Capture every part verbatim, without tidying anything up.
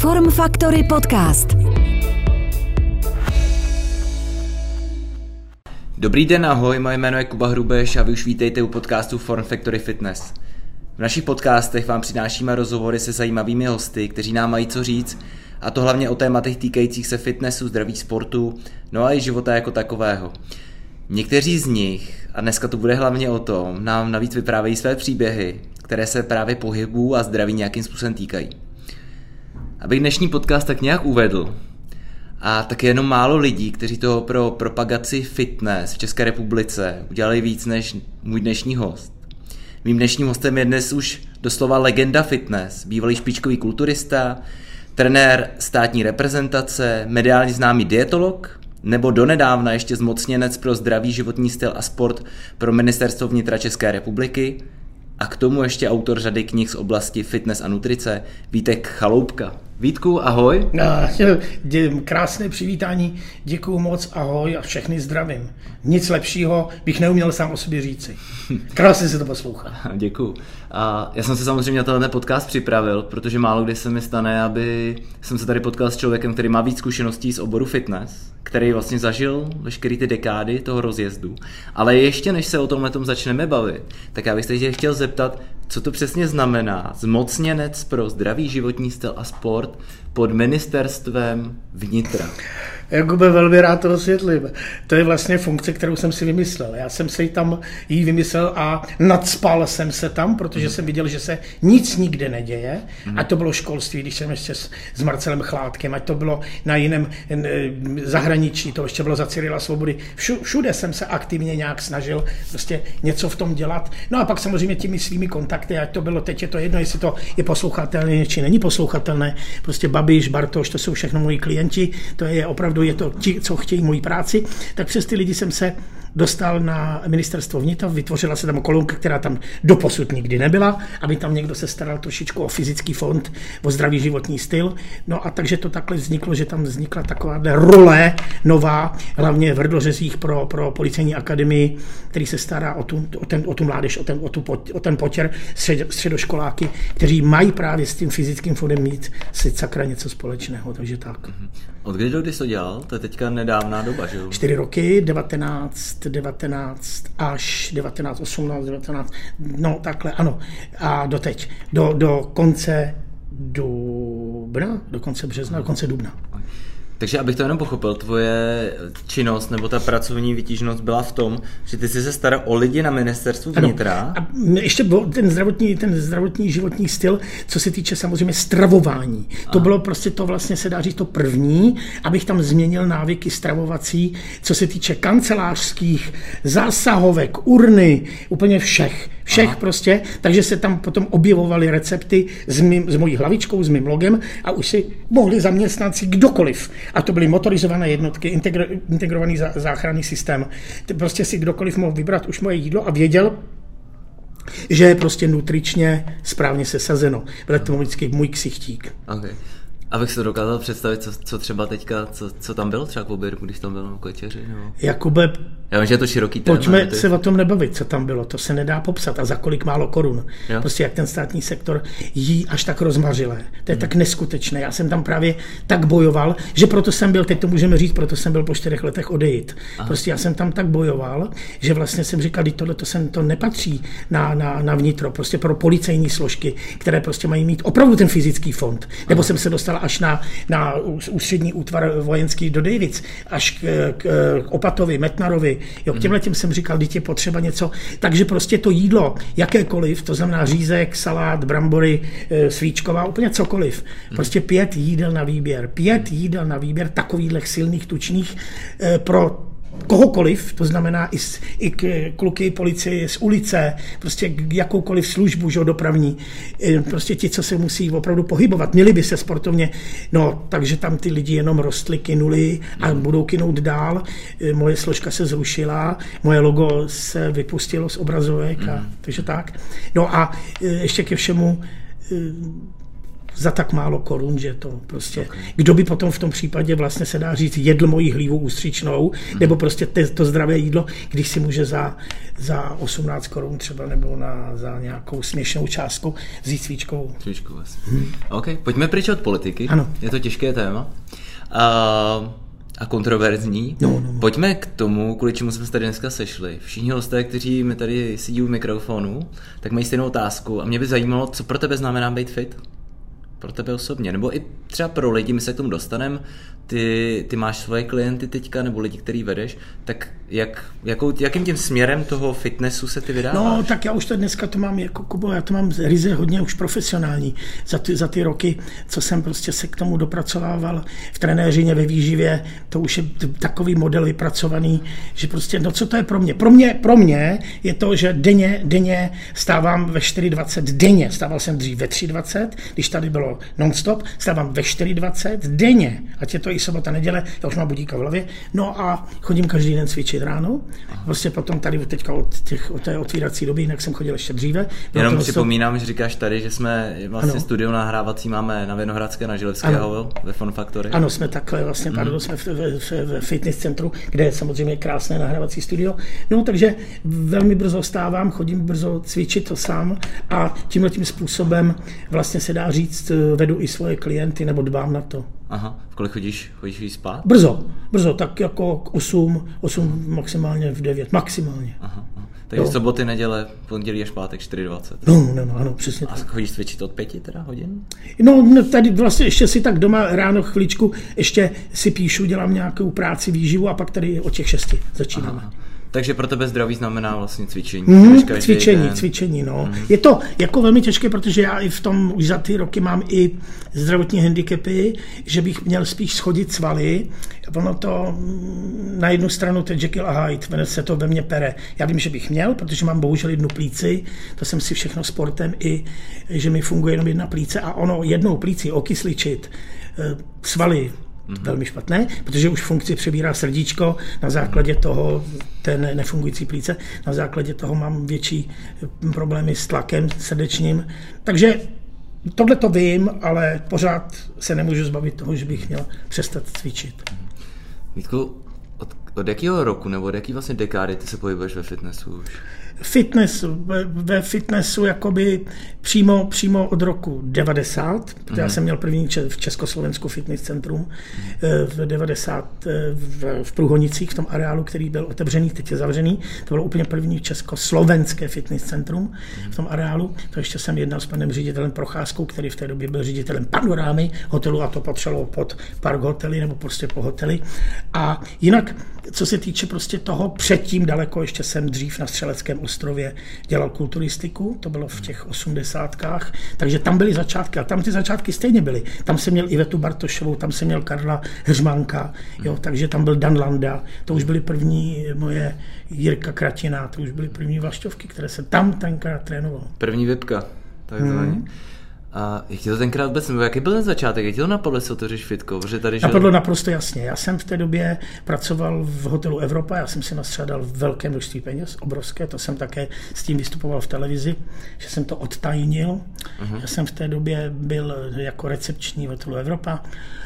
Form Factory Podcast. Dobrý den, ahoj, moje jméno je Kuba Hrubeš a vy už vítejte u podcastu Form Factory Fitness. V našich podcastech vám přinášíme rozhovory se zajímavými hosty, kteří nám mají co říct, a to hlavně o tématech týkajících se fitnessu, zdraví, sportu, no a i života jako takového. Někteří z nich, a dneska to bude hlavně o tom, nám navíc vyprávějí své příběhy, které se právě pohybu a zdraví nějakým způsobem týkají. Abych dnešní podcast tak nějak uvedl, a tak je jenom málo lidí, kteří toho pro propagaci fitness v České republice udělali víc než můj dnešní host. Mým dnešním hostem je dnes už doslova legenda fitness, bývalý špičkový kulturista, trenér státní reprezentace, mediálně známý dietolog, nebo donedávna ještě zmocněnec pro zdravý životní styl a sport pro Ministerstvo vnitra České republiky a k tomu ještě autor řady knih z oblasti fitness a nutrice, Vítek Chaloupka. Vítku, ahoj. No, krásné přivítání, děkuju moc, ahoj a všechny zdravím. Nic lepšího bych neuměl sám o sobě říci. Krásně se to poslouchá. Děkuju. A já jsem se samozřejmě na tenhle podcast připravil, protože málo kdy se mi stane, aby jsem se tady potkal s člověkem, který má víc zkušeností z oboru fitness, který vlastně zažil veškeré ty dekády toho rozjezdu. Ale ještě než se o tomhletom začneme bavit, tak já bych se chtěl zeptat, co to přesně znamená zmocněnec pro zdravý životní styl a sport pod Ministerstvem vnitra. Jakube, velmi rád to osvětlím. To je vlastně funkce, kterou jsem si vymyslel. Já jsem si tam jí vymyslel a nadspal jsem se tam, protože mm. jsem viděl, že se nic nikde neděje. Mm. A to bylo školství, když jsem ještě s, s Marcelem Chládkem, ať to bylo na jiném zahraničí, to ještě bylo za Cyrila Svobody. Všu, všude jsem se aktivně nějak snažil prostě něco v tom dělat. No a pak samozřejmě těmi svými kontakty, ať to bylo, teď je to jedno, jestli to je poslouchatelné, či není poslouchatelné. Prostě Babiš, Bartoš, to jsou všechno moji klienti, to je opravdu je to ti, co chtějí moji práci, tak přes ty lidi jsem se dostal na Ministerstvo vnitra, vytvořila se tam kolonka, která tam doposud nikdy nebyla, aby tam někdo se staral trošičku o fyzický fond, o zdravý životní styl. No a takže to takhle vzniklo, že tam vznikla taková role nová, hlavně v Hrdlořezích pro, pro policejní akademii, který se stará o tu, o ten, o tu mládež, o ten, o tu, o ten potěr, střed, středoškoláky, kteří mají právě s tím fyzickým fondem mít si sakra něco společného, takže tak. Od kdy do kdy jsi to dělal? To je teďka nedávná doba, že jo? Čtyři roky, devatenáct, devatenáct až devatenáct, osmnáct, devatenáct, no takhle, ano. A doteď, do, do konce dubna, do konce března, do konce dubna. Takže abych to jenom pochopil, tvoje činnost nebo ta pracovní vytíženost byla v tom, že ty jsi se staral o lidi na Ministerstvu vnitra. Ano. A ještě ten zdravotní, ten zdravotní životní styl, co se týče samozřejmě stravování. Aha. To bylo prostě to vlastně se dá říct to první, abych tam změnil návyky stravovací, co se týče kancelářských, zásahovek, urny, úplně všech. Všech Aha. prostě, takže se tam potom objevovaly recepty s, mým, s mojí hlavičkou, s mým logem a už si mohli zaměstnanci kdokoliv. A to byly motorizované jednotky, integro, integrovaný zá, záchranný systém. Prostě si kdokoliv mohl vybrat už moje jídlo a věděl, že je prostě nutričně správně sesazeno. Byl to vždycky můj ksichtík. Okay. Abych se dokázal představit, co, co třeba teďka, co, co tam bylo třeba k obědu, když tam bylo k večeři, nebo... Jakube, já vím, že je to široký téma. Pojďme ty... se o tom nebavit, co tam bylo, to se nedá popsat a za kolik málo korun. Jo. Prostě jak ten státní sektor jí až tak rozmařilé. To je hmm. tak neskutečné. Já jsem tam právě tak bojoval, že proto jsem byl, teď to můžeme říct, proto jsem byl po čtyřech letech odejít. Aha. Prostě já jsem tam tak bojoval, že vlastně jsem říkal, že tohle to, sem, to nepatří na, na, na vnitro, prostě pro policejní složky, které prostě mají mít opravdu ten fyzický fond. Nebo Aha. jsem se dostal až na, na ústřední útvar vojenský do Dejvic, až k, k, k Opatovi, Metnarovi. Jo, k těmhle těm jsem říkal, že je potřeba něco. Takže prostě to jídlo, jakékoliv, to znamená řízek, salát, brambory, svíčková, úplně cokoliv. Prostě pět jídel na výběr. Pět jídel na výběr takových silných, tučných pro kohokoliv, to znamená i, i k, kluky policie z ulice, prostě jakoukoliv službu, že, dopravní, prostě ti, co se musí opravdu pohybovat, měli by se sportovně, no, takže tam ty lidi jenom rostly, kynuli a budou kynout dál. Moje složka se zrušila, moje logo se vypustilo z obrazovek, a, takže tak. No a ještě ke všemu za tak málo korun, že to prostě, okay. Kdo by potom v tom případě vlastně se dá říct jedl moji hlívu ústřičnou, mm. nebo prostě te, to zdravé jídlo, když si může za, za osmnáct korun třeba nebo na, za nějakou směšnou částku vzít svíčkou. Svíčkou vlastně. Hmm. OK, pojďme pryč od politiky. Ano. Je to těžké téma. Uh, a kontroverzní. No, no. Pojďme k tomu, kvůli čemu jsme se tady dneska sešli. Všichni hosté, kteří mi tady sedí u mikrofonu, tak mají stejnou otázku a mě by zajímalo, co pro tebe znamená být fit? Pro tebe osobně, nebo i třeba pro lidi, my se k tomu dostaneme, ty, ty máš svoje klienty teďka, nebo lidi, který vedeš, tak jak, jakou, jakým tím směrem toho fitnessu se ty vydáváš? No, tak já už to dneska to mám jako Kubo, já to mám ryze hodně už profesionální. Za ty, za ty roky, co jsem prostě se k tomu dopracovával v trenéřině, ve výživě, to už je takový model vypracovaný, že prostě, no co to je pro mě? Pro mě, pro mě je to, že denně, denně stávám ve čtyři dvacet, denně, stával jsem dřív ve tři dvacet, když tady bylo non-stop, stávám ve čtyři dvacet denně, ať je to i sobota, neděle, já už mám budíka v hlavě, no a chodím každý den cvičit ráno, prostě potom tady teďka od, těch, od té otvírací doby, jinak jsem chodil ještě dříve. Jenom připomínám, že říkáš tady, že jsme vlastně ano. studio nahrávací máme na Vinohradské, na Želivského, ve Fun Factory. Ano, jsme takhle vlastně, mm. pardon, jsme v, v, v, v fitness centru, kde je samozřejmě krásné nahrávací studio, no takže velmi brzo vstávám, chodím brzo cvičit to sám a tímhletím způsobem vlastně se dá říct, vedu i svoje klienty nebo dbám na to. Aha, v kolik chodíš, chodíš jí spát? Brzo, brzo, tak jako osm, osm maximálně v devět, maximálně. Aha, aha. Takže soboty, neděle, pondělí až pátek čtyři dvacet. No, no, no, ano, přesně a tak. A chodíš cvičit od pěti teda hodin? No, tady vlastně ještě si tak doma ráno chviličku, ještě si píšu, dělám nějakou práci, výživu a pak tady od těch šesti začínáme. Aha. Takže pro tebe zdraví znamená vlastně cvičení. Mm, cvičení, den. cvičení, no. Mm. Je to jako velmi těžké, protože já i v tom už za ty roky mám i zdravotní handicapy, že bych měl spíš schodit svaly. Ono to na jednu stranu ten Jekyll a Hyde, se to ve mně pere. Já vím, že bych měl, protože mám bohužel jednu plíci, to jsem si všechno sportem i, že mi funguje jenom jedna plíce a ono jednou plíci okysličit svaly, Mm-hmm. velmi špatné, protože už funkci přebírá srdíčko, na základě toho ten nefungující plíce, na základě toho mám větší problémy s tlakem srdečním, takže tohle to vím, ale pořád se nemůžu zbavit toho, že bych měl přestat cvičit. Vítku, od, od jakého roku nebo od jaký vlastně dekády ty se pohybuješ ve fitnessu už? Fitness, ve fitnessu jakoby přímo, přímo od roku devadesát, protože mm. já jsem měl první v Československu fitness centrum mm. v devadesát v, v Průhonicích, v tom areálu, který byl otevřený, teď je zavřený. To bylo úplně první československé fitness centrum mm. v tom areálu. To ještě jsem jednal s panem ředitelem Procházkou, který v té době byl ředitelem Panorámy hotelu a to patřilo pod Park hotely nebo prostě po hotely. A jinak, co se týče prostě toho předtím daleko, ještě jsem dřív na Střeleckém ostrově dělal kulturistiku, to bylo v těch osmdesátkách, takže tam byly začátky a tam ty začátky stejně byly. Tam jsem měl Ivetu Bartošovou, tam jsem měl Karla Hřmánka, jo, takže tam byl Dan Landa, to už byly první moje Jirka Kratina, to už byly první vlašťovky, které se tam tenkrát trénoval. První Vipka, takzvaně. Hmm. A jak ti to tenkrát vůbec, nebo jaký byl ten začátek, jak ti to napadlo, co to řeš fitko? Tady, že... Napadlo naprosto jasně. Já jsem v té době pracoval v hotelu Evropa, já jsem si nastřádal velké množství peněz, obrovské, to jsem také s tím vystupoval v televizi, že jsem to odtajnil. Uh-huh. Já jsem v té době byl jako recepční v hotelu Evropa,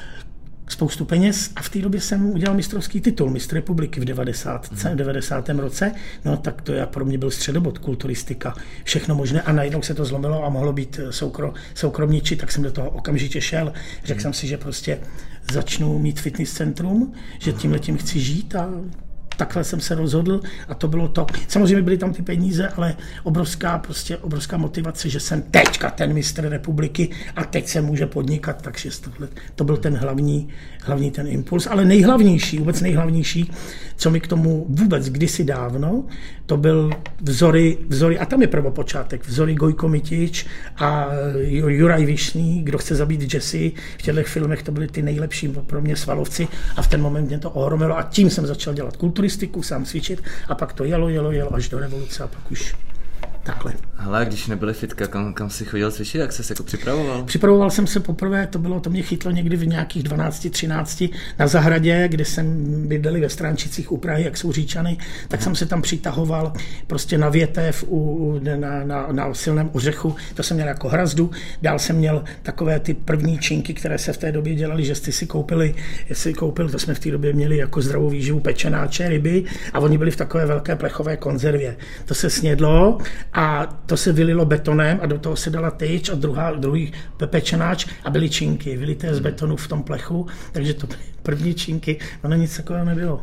spoustu peněz a v té době jsem udělal mistrovský titul, mistr republiky v devadesátém, devadesátém roce, no tak to já pro mě byl středobod, kulturistika, všechno možné a najednou se to zlomilo a mohlo být soukro, soukromniči, tak jsem do toho okamžitě šel, řekl jsem si, že prostě začnu mít fitness centrum, že tímhletím chci žít a takhle jsem se rozhodl a to bylo to. Samozřejmě byly tam ty peníze, ale obrovská, prostě obrovská motivace, že jsem teďka ten mistr republiky a teď se může podnikat, takže tohle, to byl ten hlavní, hlavní ten impuls, ale nejhlavnější, vůbec nejhlavnější, co mi k tomu vůbec kdysi dávno, to byl vzory, vzory a tam je prvopočátek, vzory Gojko Mitič a Juraj Višný, Kdo chce zabít Jessie, v těchto filmech to byly ty nejlepší pro mě svalovci a v ten moment mě to ohromilo a tím jsem začal dělat kulturistiku, sám cvičit a pak to jelo, jelo, jelo až do revoluce a pak už Takhle. Hele, když nebyly fitka, kam, kam jsi chodil cvičit, jak jsi se jako připravoval? Připravoval jsem se poprvé, to bylo, to mě chytlo někdy v nějakých dvanácti, třinácti na zahradě, kde jsem bydleli ve Strančicích u Prahy, jak jsou Říčany, tak jsem se tam přitahoval prostě na větev, u, na, na, na silném ořechu, to jsem měl jako hrazdu, dál jsem měl takové ty první činky, které se v té době dělali, že jste si koupili, si koupil, to jsme v té době měli jako zdravou výživu pečenáče, ryby a oni byli v takové velké plechové konzervě. To se snědlo a to se vylilo betonem a do toho se dala tyč a druhá, druhý pečenáč a byly činky, vylité z betonu v tom plechu, takže to byly první činky, ono nic takového nebylo.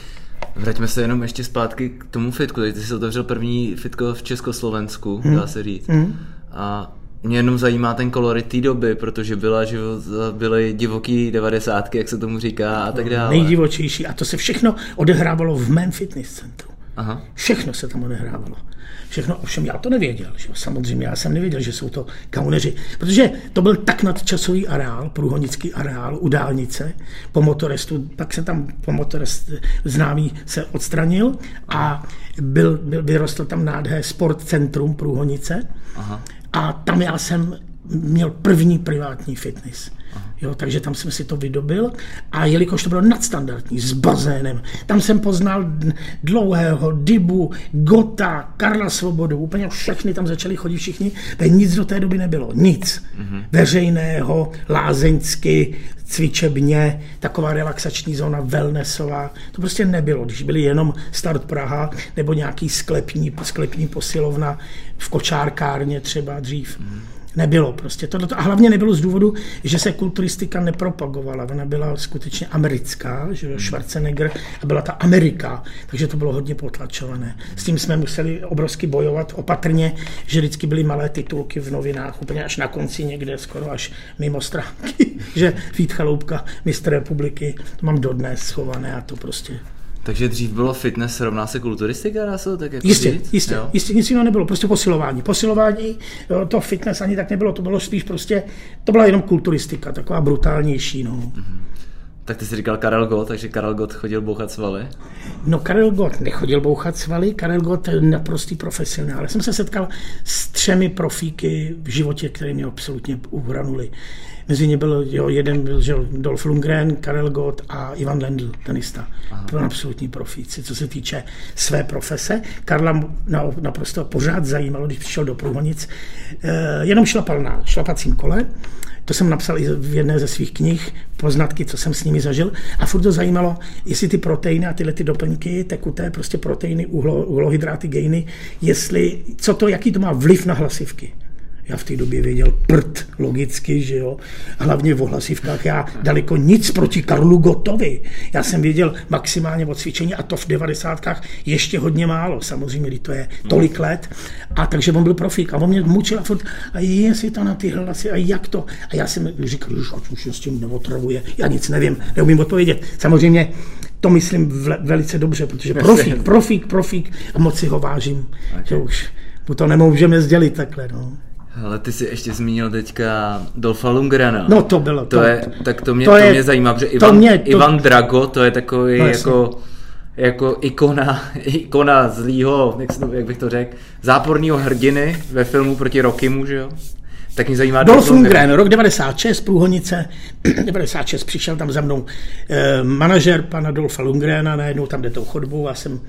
Vraťme se jenom ještě zpátky k tomu fitku, ty jsi otevřel první fitko v Československu, hmm. dá se říct. Hmm. A mě jenom zajímá ten kolorit té doby, protože byla, že byly divoký devadesátky, jak se tomu říká a tak dále. Nejdivočejší a to se všechno odehrávalo v mém fitness centru. Aha. Všechno se tam odehrávalo. Všechno, ovšem já to nevěděl, že? Samozřejmě já jsem nevěděl, že jsou to kauneři, protože to byl tak nadčasový areál, průhonický areál u dálnice, po motorestu, tak se tam po motorest známý se odstranil a byl, byl, vyrostl tam nádherné sport centrum Průhonice. Aha. A tam já jsem měl první privátní fitness. Jo, takže tam jsem si to vydobil a jelikož to bylo nadstandardní, s bazénem, tam jsem poznal Dlouhého, Dybu, Gota, Karla Svobodu, úplně všechny tam začali chodit všichni, tak nic do té doby nebylo, nic. Mm-hmm. Veřejného, lázeňsky, cvičebně, taková relaxační zóna, wellnessová, to prostě nebylo, když byly jenom Start Praha nebo nějaký sklepní, sklepní posilovna v kočárkárně třeba dřív. Mm-hmm. Nebylo prostě tohleto. A hlavně nebylo z důvodu, že se kulturistika nepropagovala. Ona byla skutečně americká, že Schwarzenegger, a byla ta Amerika, takže to bylo hodně potlačované. S tím jsme museli obrovsky bojovat opatrně, že vždycky byly malé titulky v novinách, úplně až na konci někde, skoro až mimo stránky, že Vít Chaloupka, mistr republiky, to mám dodnes schované a to prostě... Takže dřív bylo fitness, rovná se kulturistika, dá se tak jako jistě, říct? Jistě, jo? jistě, nic jiného nebylo, prostě posilování. Posilování, jo, to fitness ani tak nebylo, to bylo spíš prostě, to byla jenom kulturistika, taková brutálnější, no. Mm-hmm. Tak ty jsi říkal Karel Gott, takže Karel Gott chodil bouchat svaly? No Karel Gott nechodil bouchat svaly, Karel Gott je naprostý profesionál. Já jsem se setkal s třemi profíky v životě, které mě absolutně uhranuli. Mezi ně byl, jo, jeden byl že, Dolph Lundgren, Karel Gott a Ivan Lendl, tenista. To byl absolutní profíci, co se týče své profese. Karla naprosto pořád zajímalo, když přišel do Průhonic, jenom šlapal na šlapacím kole. To jsem napsal i v jedné ze svých knih, poznatky, co jsem s nimi zažil. A furt to zajímalo, jestli ty proteiny a tyhle ty doplňky, tekuté, prostě proteiny, uhlo, uhlohydráty, gejny, jestli, co to, jaký to má vliv na hlasivky. Já v té době věděl prd, logicky, že jo. Hlavně v hlasivkách já daleko nic proti Karlu Gottovi. Já jsem věděl maximálně o cvičení a to v devadesátkách ještě hodně málo. Samozřejmě, když to je tolik let. A takže on byl profík a on mě mučil a furt, a jestli to na ty hlasy a jak to. A já jsem říkal, že už s tím neotravuje. Já nic nevím, neumím odpovědět. Samozřejmě to myslím velice dobře, protože profík, profík, profík a moc si ho vážím. Okay. Že už mu to nemůžeme sdělit takhle, no. Ale ty jsi ještě zmínil teďka Dolfa Lundgrena. No to bylo. To, to je, tak to mě, to to je, mě zajímá, protože Ivan, mě, to... Ivan Drago, to je takový no, jako, jako ikona, ikona zlýho, jak, to, jak bych to řekl, záporného hrdiny ve filmu proti Rockymu, že jo? Tak mě zajímá Dolph Lundgren, rok devadesát šest, Průhonice, devadesát šest přišel tam za mnou eh, manažer pana Dolfa Lundgrena, najednou tam jde tou chodbou, já jsem,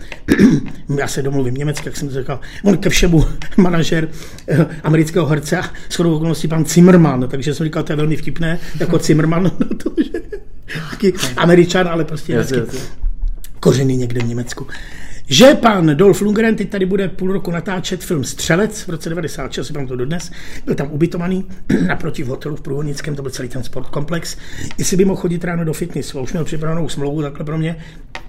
já se domluvím německy, jak jsem to říkal, on ke všemu manažer eh, amerického herce a shodou okolností pan Zimmerman, takže jsem říkal, to je velmi vtipné, jako Zimmerman, to, že taky Američan, ale prostě jasně, jasně. Kořeny někde v Německu. Že pan Dolph Lundgren teď tady bude půl roku natáčet film Střelec v roce devadesát šest, si mám to dodnes, byl tam ubytovaný naproti v hotelu v Průhonickém, to byl celý ten sportkomplex, jestli by mohl chodit ráno do fitnessu, už měl připravenou smlouvu takhle pro mě.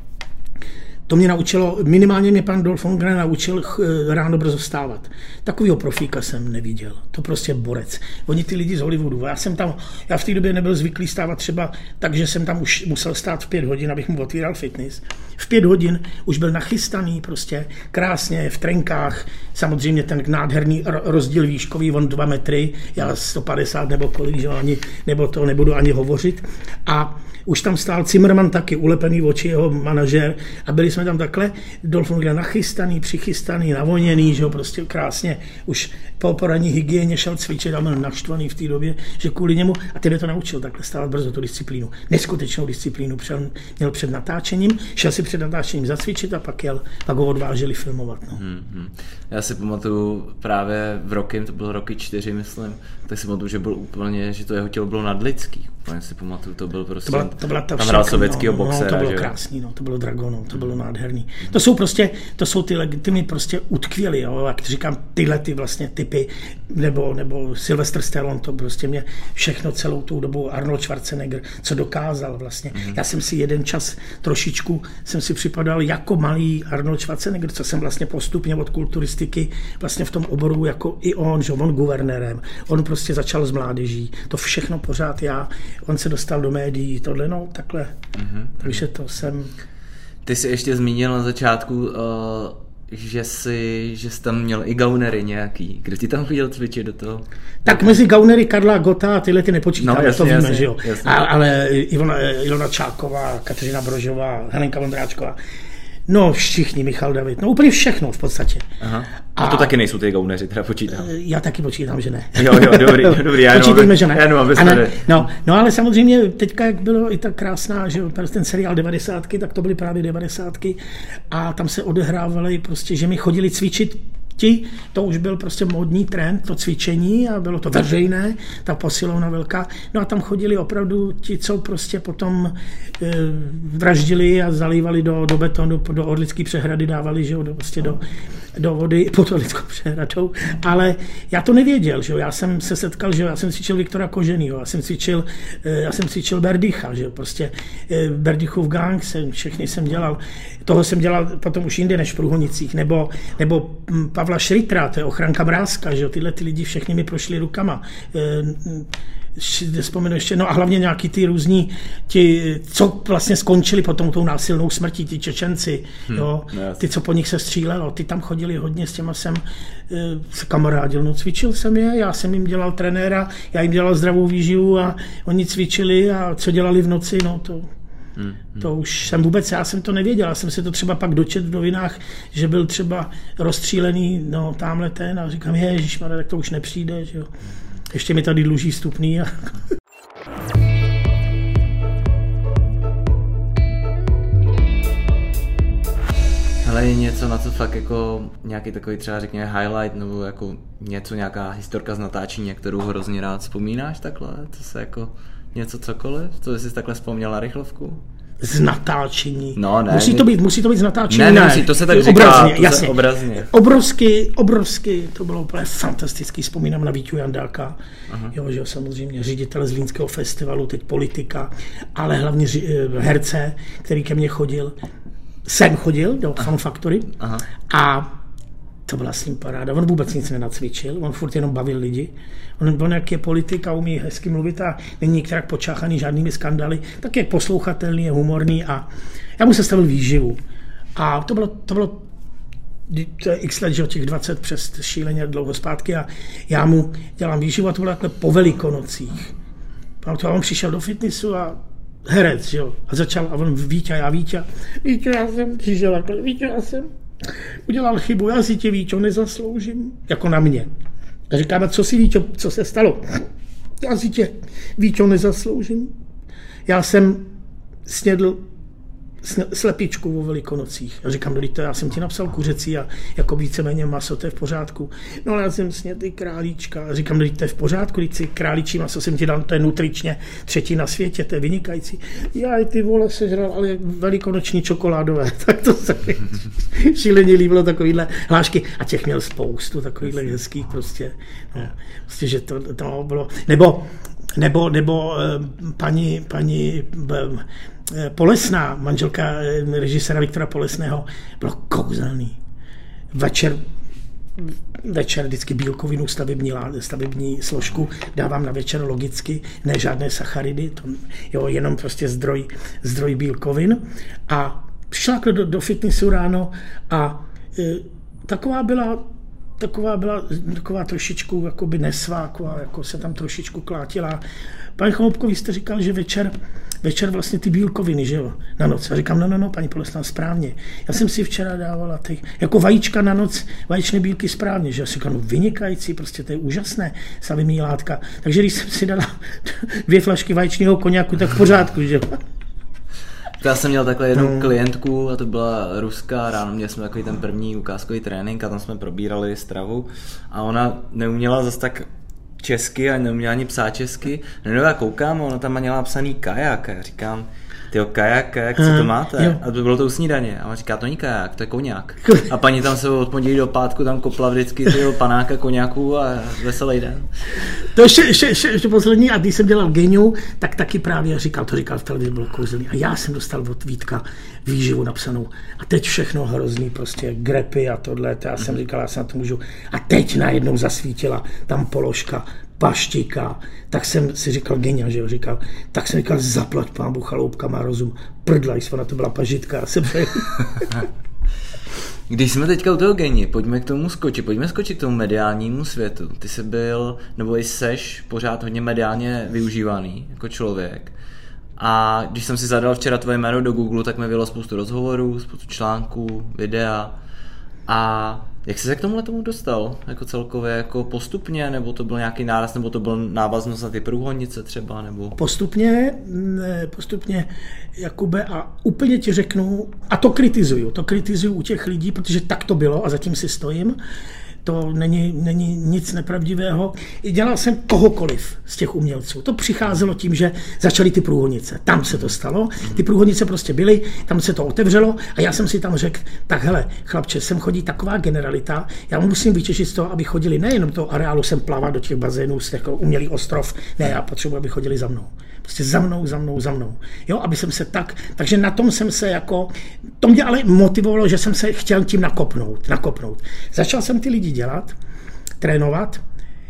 To mě naučilo, minimálně mě pan Dolph Lundgren naučil ráno brzo vstávat. Takovýho profíka jsem neviděl. To prostě borec. Oni ty lidi z Hollywoodu. Já jsem tam, já v té době nebyl zvyklý stávat třeba tak, že jsem tam už musel stát v pět hodin, abych mu otvíral fitness. V pět hodin už byl nachystaný prostě krásně v trenkách. Samozřejmě ten nádherný rozdíl výškový, on dva metry, já sto padesát nebo kolik, že ani, nebo to nebudu ani hovořit. A už tam stál Zimmerman taky, ulepený oči, jeho manažer, a byli jsme jsme tam takhle, Dolph Lundgren nachystaný, přichystaný, navoněný, že jo, prostě krásně, už po poradní hygieně šel cvičit a byl naštvaný v té době, že kvůli němu, a tebe to naučil takhle stávat brzo tu disciplínu, neskutečnou disciplínu, přel, měl před natáčením, šel si před natáčením zacvičit a pak jel, pak ho odváželi filmovat. No. Hmm, hmm. Já si pamatuju právě v roky, to bylo roky čtyři, myslím, tak si pamatuju, že byl úplně, že to jeho tělo bylo nadlidský. Úplně si pamatuju, to byl prostě, to byla, to byla ta tam hrál sovětskýho no, boxera. No, to bylo že? krásný, no, to bylo Dragonov, to bylo nádherný. To jsou prostě, to jsou ty legitimy prostě utkvěly, jo, jak říkám, tyhle ty vlastně typy, nebo, nebo Sylvester Stallone, to prostě mě všechno celou tou dobu, Arnold Schwarzenegger, co dokázal vlastně. Mm-hmm. Já jsem si jeden čas trošičku, jsem si připadal jako malý Arnold Schwarzenegger, co jsem vlastně postupně od kulturistiky vlastně v tom oboru, jako i on, že on guvernérem, on prostě začal z mládeží, to všechno pořád já, on se dostal do médií, tohle, no, takhle. Mm-hmm. Takže to jsem... Ty jsi ještě zmínil na začátku, uh, že jsi, že jsi tam měl i gaunery nějaký. Kdy jsi tam viděl cvičit do toho? Tak mezi gaunery Karla Gotta a tyhle ty nepočítám, no, jasně, to víme, jasně, že jo. Jasně. A, ale Ivona, Ilona Čáková, Kateřina Brožová, Helenka Vondráčková, no všichni, Michal David, no úplně všechno v podstatě. Aha. A, a to taky nejsou ty gauneři, teda počítám. Já taky počítám, že ne. Jo, jo, dobrý, dobrý. Já Počítejme, že ne. Já jenom, ne no, no, ale samozřejmě teďka, jak bylo i tak krásná, že ten seriál devadesátky, tak to byly právě devadesátky a tam se odehrávaly prostě, že mi chodili cvičit ti, to už byl prostě módní trend, to cvičení a bylo to veřejné, ta posilovna velká. No a tam chodili opravdu ti, co prostě potom e, vraždili a zalívali do, do betonu, do Orlické přehrady, dávali, že jo, do, prostě do, do vody pod Orlickou přehradou. Ale já to nevěděl, že jo, já jsem se setkal, že jo, já jsem cvičil Viktora Koženýho, já jsem cvičil, e, já jsem cvičil Berdycha, že jo, prostě e, Berdychův gang, jsem, všechny jsem dělal. Toho jsem dělal potom už jinde než v Průhonicích, nebo, nebo Pavla Šritra, to je ochranka Mrázka, že jo, tyhle ty lidi všechny mi prošli rukama. E, vzpomenu ještě, no a hlavně nějaký ty různí, ti, co vlastně skončili potom tou násilnou smrtí, ti Čečenci, hmm, jo, ty, co po nich se střílelo, ty tam chodili hodně, s těma jsem e, se kamarádil, no cvičil jsem je, já jsem jim dělal trenéra, já jim dělal zdravou výživu a oni cvičili a co dělali v noci, no to... Hmm, hmm. To už jsem vůbec, já jsem to nevěděl, já jsem si to třeba pak dočet v novinách, že byl třeba rozstřílený, no tamhle ten a říkám, ježišmarja, tak to už nepřijde, že jo. Ještě mi tady dluží vstupný. A... Hele, je něco, na co fakt jako nějaký takový třeba řekněme highlight, nebo jako něco, nějaká historka z natáčení, kterou hrozně rád vzpomínáš takhle, to se jako... Něco cokoliv? Co jsi takhle vzpomněl na rychlovku? Z natáčení. No, ne. Musí to být, musí to být z natáčení. Ne, nemusí, ne. To se tak říká. Obrazně, to jasně. Se obrazně. Obrovsky, obrovsky, to bylo úplně fantastický. Vzpomínám na Víťu Jandáka, uh-huh. jo, že jo, samozřejmě ředitel Zlínského festivalu, teď politika, ale hlavně herce, který ke mně chodil. Jsem chodil do uh-huh. Fun Factory uh-huh. a to byla s ním paráda. On vůbec nic nenacvičil, on furt jenom bavil lidi. On, on jak je politik a umí hezky mluvit a není některak počáchaný žádnými skandály, tak je poslouchatelný, je humorný a já mu sestavil výživu. A to bylo, to bylo to je x let, že těch dvacet přes šíleně dlouho zpátky a já mu dělám výživu a to bylo takhle po Velikonocích. A on přišel do fitnessu a herec, že jo, a začal a on Víťa, já Víťa, Víťa, já jsem přišel takhle, Víťa, já jsem udělal chybu, já si tě, Víťo, nezasloužím, jako na mě. A říkáme, co si, Víťo, co se stalo? Já si tě, Víťo, nezasloužím. Já jsem snědl slepičku o Velikonocích. A říkám, no, to já jsem ti napsal kuřecí a jako víceméně maso, to je v pořádku. No ale já jsem snědl i králíčka. A říkám, no, to je v pořádku, když si králíčí maso jsem ti dal, to je nutričně třetí na světě, to je vynikající. Já i ty vole sežral, ale velikonoční čokoládové. Tak to se mi šíleně líbilo, takovýhle hlášky. A těch měl spoustu, takovýhle hezkých prostě. No, prostě, že to, to bylo. Nebo, nebo, nebo paní, paní Polesná, manželka režiséra Viktora Polesného, bylo kouzelný. Večer, večer vždycky bílkovinu, stavební, stavební složku dávám na večer logicky, ne žádné sacharidy, to, jo, jenom prostě zdroj, zdroj bílkovin. A přišla do, do fitnessu ráno a e, taková byla taková byla taková trošičku jakoby nesváková, jako se tam trošičku klátila. Pane Chaloupko, vy jste říkal, že večer, večer vlastně ty bílkoviny, že jo, na noc. A říkám, no, no, no, paní Polesná, správně. Já jsem si včera dávala ty, jako vajíčka na noc, vajíčné bílky správně, že já si říkám, no, vynikající, prostě to je úžasné, savimý látka. Takže když jsem si dala dvě flašky vajíčného koněku, tak v pořádku, že jo. Já jsem měl takhle jednu hmm. klientku a to byla ruská, ráno měli jsme takový ten první ukázkový trénink a tam jsme probírali stravu a ona neuměla zase tak česky a neuměla ani psát česky. No, no já koukám a ona tam měla napsaný kajak a já říkám, tyjo, kajak, kajak, co to máte? Jo. A to bylo to u snídaně. A on říká, to není kajak, to je koněk. A paní tam se od pondělí do pátku tam kopla vždycky tyjo, panáka koněku a veselý den. To ještě, ještě, ještě, ještě poslední, a když jsem dělal Geniu, tak taky právě říkal, to říkal v televizi, bylo kouzelný. A já jsem dostal od Vítka výživu napsanou. A teď všechno hrozný, prostě grepy a tohle. Já jsem říkal, já se na to můžu. A teď najednou zasvítila tam položka paštika, tak jsem si říkal, Genia, že jo, říkal, tak jsem říkal, zaplať pánbu, Chaloupka má rozum, prdlajs, ona to byla pažitka, já jsem Když jsme teďka u toho Geni, pojďme k tomu skočit, pojďme skočit k tomu mediálnímu světu. Ty jsi byl, nebo i seš pořád hodně mediálně využívaný jako člověk. A když jsem si zadal včera tvoje jméno do Google, tak mi bylo spoustu rozhovorů, spoustu článků, videa. A jak jsi se k tomuhle tomu dostal? Jako celkově jako postupně, nebo to byl nějaký náraz, nebo to byl návaznost na ty průhonice třeba, nebo? Postupně, postupně, Jakube, a úplně ti řeknu, a to kritizuju, to kritizuju u těch lidí, protože tak to bylo a zatím si stojím. To není, není nic nepravdivého. Dělal jsem kohokoliv z těch umělců. To přicházelo tím, že začaly ty průhonice. Tam se to stalo. Ty průhonice prostě byly, tam se to otevřelo a já jsem si tam řekl, tak hele, chlapče, sem chodí taková generalita, já musím vytěžit z toho, aby chodili nejenom toho areálu sem plavat do těch bazénů, z těch umělý ostrov, ne, já potřebuji, aby chodili za mnou. Prostě za mnou, za mnou, za mnou. Jo, aby jsem se tak, takže na tom jsem se jako, to mě ale motivovalo, že jsem se chtěl tím nakopnout, nakopnout. Začal jsem ty lidi dělat, trénovat,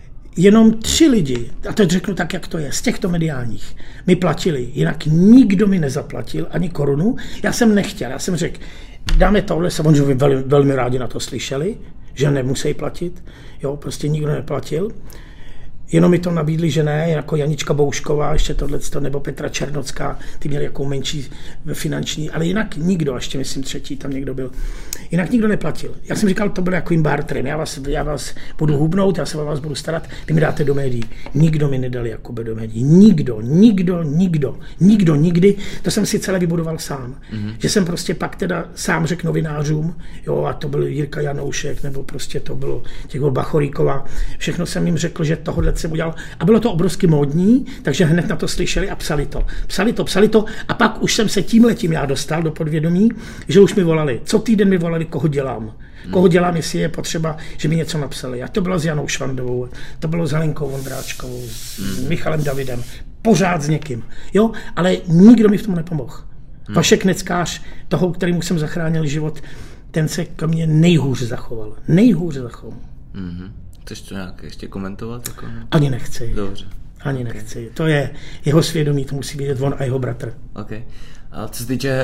jenom tři lidi, a teď řeknu tak, jak to je, z těchto mediálních, mi platili, jinak nikdo mi nezaplatil ani korunu, já jsem nechtěl, já jsem řekl, dáme tohle, samozřejmě velmi, velmi rádi na to slyšeli, že nemusí platit, jo, prostě nikdo neplatil. Jenom mi to nabídli, že ne, jako Janička Boušková, ještě tohleto, nebo Petra Černocká, ty měli jako menší finanční, ale jinak nikdo, ještě myslím třetí, tam někdo byl, jinak nikdo neplatil. Já jsem říkal, to byl jako jim barteren, já vás, já vás budu hubnout, já se o vás budu starat, vy mi dáte do médií. Nikdo mi nedal Jakube do médií, nikdo, nikdo, nikdo, nikdo, nikdy, to jsem si celé vybudoval sám. Mm-hmm. Že jsem prostě pak teda sám řekl novinářům, jo, a to byl Jirka Janoušek, nebo prostě to bylo těch Bachoríková, všechno jsem jim řekl, že tohle jsem udělal. A bylo to obrovsky módní, takže hned na to slyšeli a psali to. Psali to, psali to a pak už jsem se tímhletím já dostal do podvědomí, že už mi volali. Co týden mi volali, koho dělám. Koho dělám, jestli je potřeba, že mi něco napsali. A to bylo s Janou Švandovou, to bylo s Helenkou Vondráčkovou, s Michalem Davidem. Pořád s někým. Jo, ale nikdo mi v tom nepomohl. Vašek Neckář, toho, kterému jsem zachránil život, ten se ke mně nejhůře zachoval. Nejhůře zachoval. Mm-hmm. Chceš to nějak ještě komentovat? Jako? Ani nechci. Dobře. Ani okay. nechci. To je jeho svědomí, to musí vidět on a jeho bratr. OK. A co se týče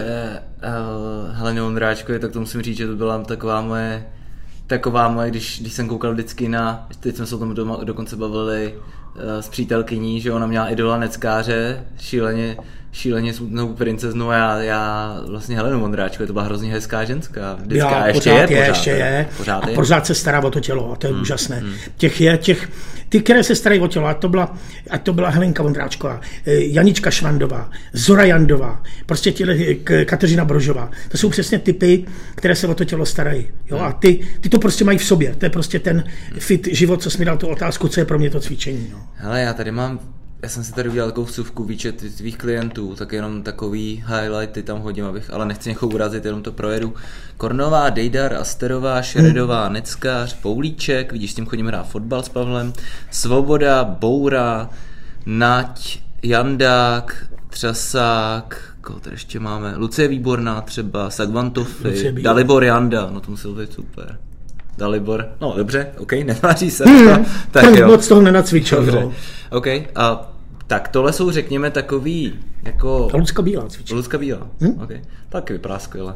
uh, Heleny Vondráčkové, tak to musím říct, že to byla taková moje, taková moje, když, když jsem koukal vždycky na, teď jsme se o tom doma, dokonce bavili uh, s přítelkyní, že ona měla idola Neckáře, šíleně, šíleně smutnou princeznu a já, já vlastně Helenu Vondráčkovou, to byla hrozně hezká ženská. Vždycky, Já, a ještě pořád je, je, pořád ještě je. Pořád a je. pořád se stará o to tělo a to je hmm. úžasné. Hmm. Těch je, těch, ty, které se starají o tělo, a to byla, a to byla Helenka Vondráčková, Janička Švandová, Zora Jandová, prostě těle, Kateřina Brožová. To jsou přesně typy, které se o to tělo starají. Jo? A ty, ty to prostě mají v sobě. To je prostě ten fit život, co jsi mi dal tu otázku, co je pro mě to cvičení. No. Hele, já tady mám Já jsem si tady udělal takovou vsuvku výčet tvých klientů, tak jenom takový highlighty tam hodím, abych, ale nechci někoho urazit, jenom to projedu. Kornová, Dejdar, Asterová, Šeredová, hmm. Neckář, Poulíček, vidíš, s tím chodíme hrát fotbal s Pavlem, Svoboda, Boura, Nať, Jandák, Třasák, koho tady ještě máme, Lucie Výborná třeba, Sagvantofy, Dalibor Janda, no to musel být super. Dalibor, no dobře, ok, netváří se. Hmm, tak ten jo. moc toho nenacvičil. Dobře, No. ok, a tak tohle jsou, řekněme, takový, jako... A Lucka Bílá cvičí. Lucka Bílá, hmm? ok, taky vypadá skvěle.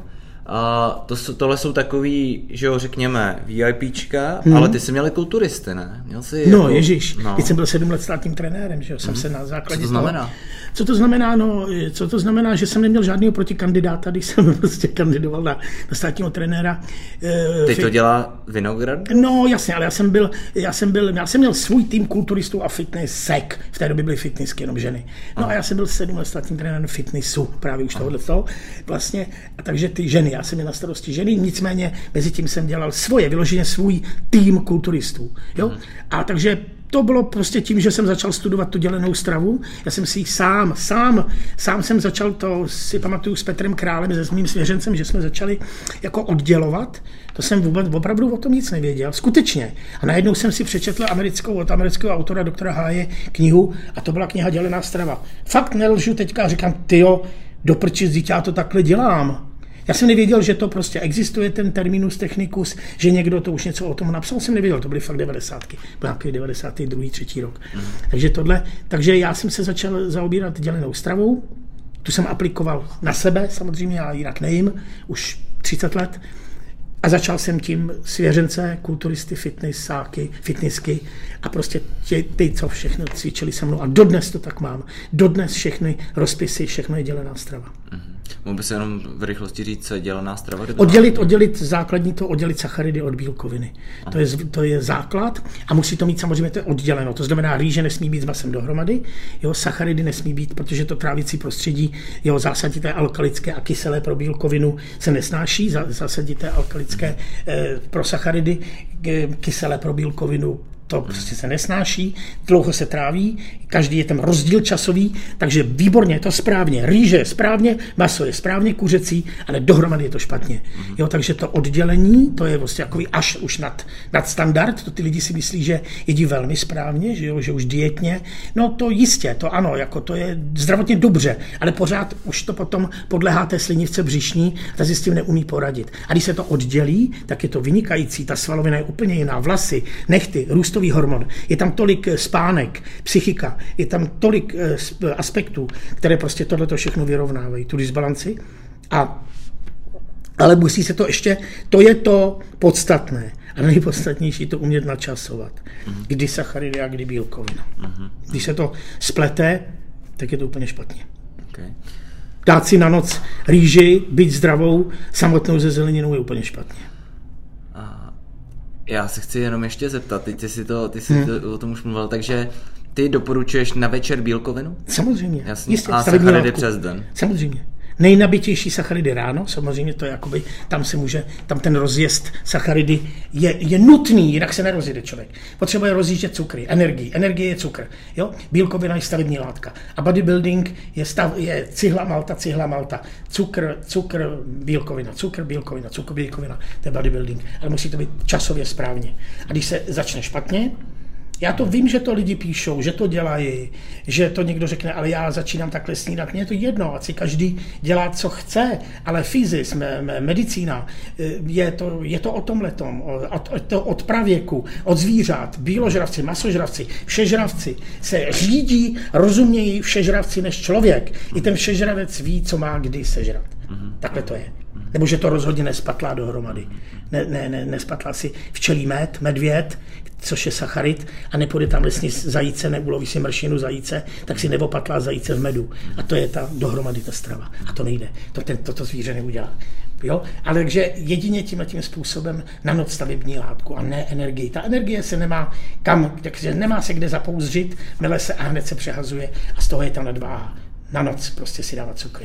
A to, tohle jsou takový, že jo, řekněme, VIPčka, hmm. ale ty jsi měl kulturisty, ne? Měl jsi no, jako, ježiš, no. Teď jsem byl sedm let státním trenérem, že jo, jsem hmm. se na základě Co to znamená? Toho, co to znamená? No, co to znamená, že jsem neměl žádného protikandidáta, když jsem prostě kandidoval na, na státního trenéra. Teď to dělá Vinograd? No, jasně, ale já jsem byl, já jsem byl, já jsem měl svůj tým kulturistů a fitnessek, v té době byly fitnessky, jenom ženy. No a já jsem byl sedm let státním trenérem fitnessu, právě už tohohle toho. Vlastně, a takže ty ženy, já jsem měl na starosti ženy, nicméně mezi tím jsem dělal svoje, vyloženě svůj tým kulturistů. Jo? Hmm. A takže to bylo prostě tím, že jsem začal studovat tu dělenou stravu. Já jsem si ji sám, sám, sám jsem začal, to si pamatuju s Petrem Králem, se mým svěřencem, že jsme začali jako oddělovat. To jsem vůbec opravdu o tom nic nevěděl. Skutečně. A najednou jsem si přečetl americkou, od amerického autora doktora Háje knihu a to byla kniha Dělená strava. Fakt nelžu teďka a říkám, tyjo, do prčic, dítě, já to takhle dělám. Já jsem nevěděl, že to prostě existuje, ten terminus technicus, že někdo to už něco o tom napsal, jsem nevěděl, to byly fakt devadesátky, byl nějaký devadesátý druhý, třetí rok. Mm. Takže tohle, takže já jsem se začal zaobírat dělenou stravou, tu jsem aplikoval na sebe, samozřejmě, já jinak nejím, už třicet let, a začal jsem tím svěřence, kulturisty, fitnessáky, fitnessky a prostě tě, ty, co všechno cvičili se mnou a dodnes to tak mám. Dodnes všechny rozpisy, všechno je dělená strava. Mm-hmm. Mohl by se jenom v rychlosti říct, co je dělená strava? Oddělit, oddělit základní to, oddělit sacharidy od bílkoviny. To je, to je základ a musí to mít samozřejmě to odděleno. To znamená, rýže nesmí být s masem dohromady, jo, sacharidy nesmí být, protože to trávicí prostředí, jo, zásadité alkalické a kyselé pro bílkovinu se nesnáší, zásadité alkalické eh, pro sacharidy, eh, kyselé pro bílkovinu to prostě se nesnáší, dlouho se tráví, každý je tam rozdíl časový, takže výborně, je to správně, rýže je správně, maso je správně, kuřecí, ale dohromady je to špatně. Jo, takže to oddělení, to je vlastně jako až už nad, nad standard, to ty lidi si myslí, že jedí velmi správně, že, jo, že už dietně, no to jistě, to ano, jako to je zdravotně dobře, ale pořád už to potom podléhá té slinivce břišní, ta si s tím neumí poradit. A když se to oddělí, tak je to vynikající, ta svalovina je úplně jiná, vlasy, nehty, růstový hormon, je tam tolik spánek, psychika, je tam tolik aspektů, které prostě tohleto všechno vyrovnávají, tu disbalanci. A, ale musí se to ještě, to je to podstatné. A nejpodstatnější to umět načasovat. Mm-hmm. Kdy sacharidy a kdy bílkovina. Mm-hmm. Když se to splete, tak je to úplně špatně. Okay. Dát si na noc rýži, být zdravou, samotnou ze zeleninou je úplně špatně. Já se chci jenom ještě zeptat, ty jsi, to, ty jsi hmm. to, o tom už mluvil, takže ty doporučuješ na večer bílkovinu? Samozřejmě. Jasně. Jistě, a sacharidy přes den? Samozřejmě. Nejnabitější sacharidy ráno, samozřejmě to je jakoby, tam se může, tam ten rozjezd sacharidy je, je nutný, jinak se nerozjede člověk. Potřebuje rozjíždět cukry, energii, energie je cukr, jo? Bílkovina je stavební látka a bodybuilding je, stav, je cihla malta, cihla malta, cukr, cukr, bílkovina, cukr, bílkovina, cukr, bílkovina, to je bodybuilding, ale musí to být časově správně. A když se začne špatně, já to vím, že to lidi píšou, že to dělají, že to někdo řekne, ale já začínám takhle snídat. Mně je to jedno, ať si každý dělá, co chce, ale fyzis, medicína, je to, je to o tomhletom, od, od, od pravěku, od zvířat, bíložravci, masožravci, všežravci se řídí, rozumějí všežravci než člověk. I ten všežravec ví, co má kdy sežrat. Takhle to je. Nebo že to rozhodně nespatlá dohromady. Ne, ne, ne, nespatlá si včelí med, medvěd, což je sacharid, a nepůjde tam lesní zajíce, neuloví si mršinu zajíce, tak si neopatlá zajíce v medu. A to je ta dohromady ta strava. A to nejde. To ten, toto zvíře neudělá. Jo? Ale takže jedině tímhle tím způsobem na noc stavební látku a ne energii. Ta energie se nemá kam, takže nemá se kde zapouzřit, mele se a hned se přehazuje a z toho je ta nadváha. Na noc prostě si dávat cukry.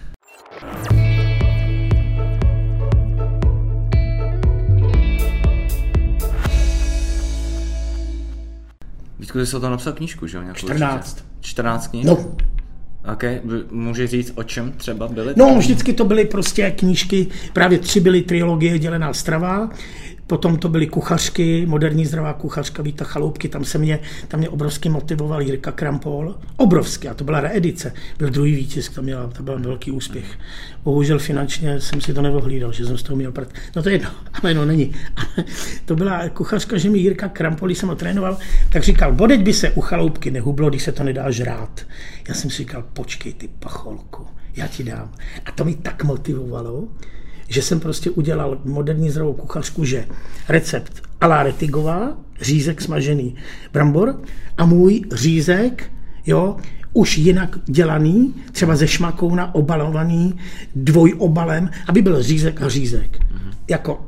Vítku, ty jsi o tom napsal knížku, že jo? čtrnáct. čtrnáct knih? No. OK, můžeš říct, o čem třeba byly? No, vždycky to byly prostě knížky, právě tři byly trilogie Dělená strava, potom to byly kuchařky, moderní zdravá kuchařka Víta Chaloupky, tam se mě, tam mě obrovsky motivoval Jirka Krampol, obrovský, a to byla reedice, byl druhý vítěz, to měla, to byl velký úspěch. Bohužel finančně jsem si to neohlídal, že jsem z toho měl prd. No to je jedno, ale no není. To byla kuchařka, že mi Jirka Krampol, když jsem ho trénoval, tak říkal, bodeď by se u Chaloupky nehublo, když se to nedá žrát. Já jsem si říkal, počkej ty pacholku, já ti dám. A to mi tak motivovalo, že jsem prostě udělal moderní zdravou kuchařku, že recept à la Rettigová, řízek smažený brambor a můj řízek, jo, už jinak dělaný, třeba ze šmakouna obalovaný dvojobalem, aby byl řízek a řízek. Mm-hmm. Jako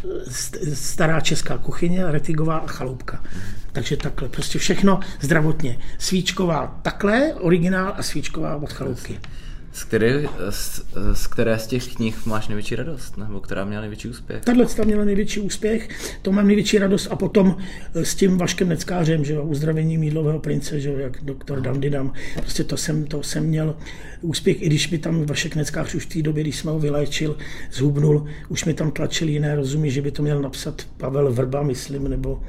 stará česká kuchyně, Rettigová a chaloupka. Mm-hmm. Takže takhle, prostě všechno zdravotně. Svíčková takhle, originál a svíčková od chaloupky. Z které, z, z které z těch knih máš největší radost, nebo která měla největší úspěch? Tahle ta měla největší úspěch, to mám největší radost a potom s tím Vaškem Neckářem, že jo, uzdravení mýdlového prince, že jo, jak doktor Dandidam, prostě to jsem, to jsem měl úspěch, i když mi tam Vašek Neckář už v té době, když jsme ho vyléčil, zhubnul, už mi tam tlačil jiné rozumy, že by to měl napsat Pavel Vrba, myslím, nebo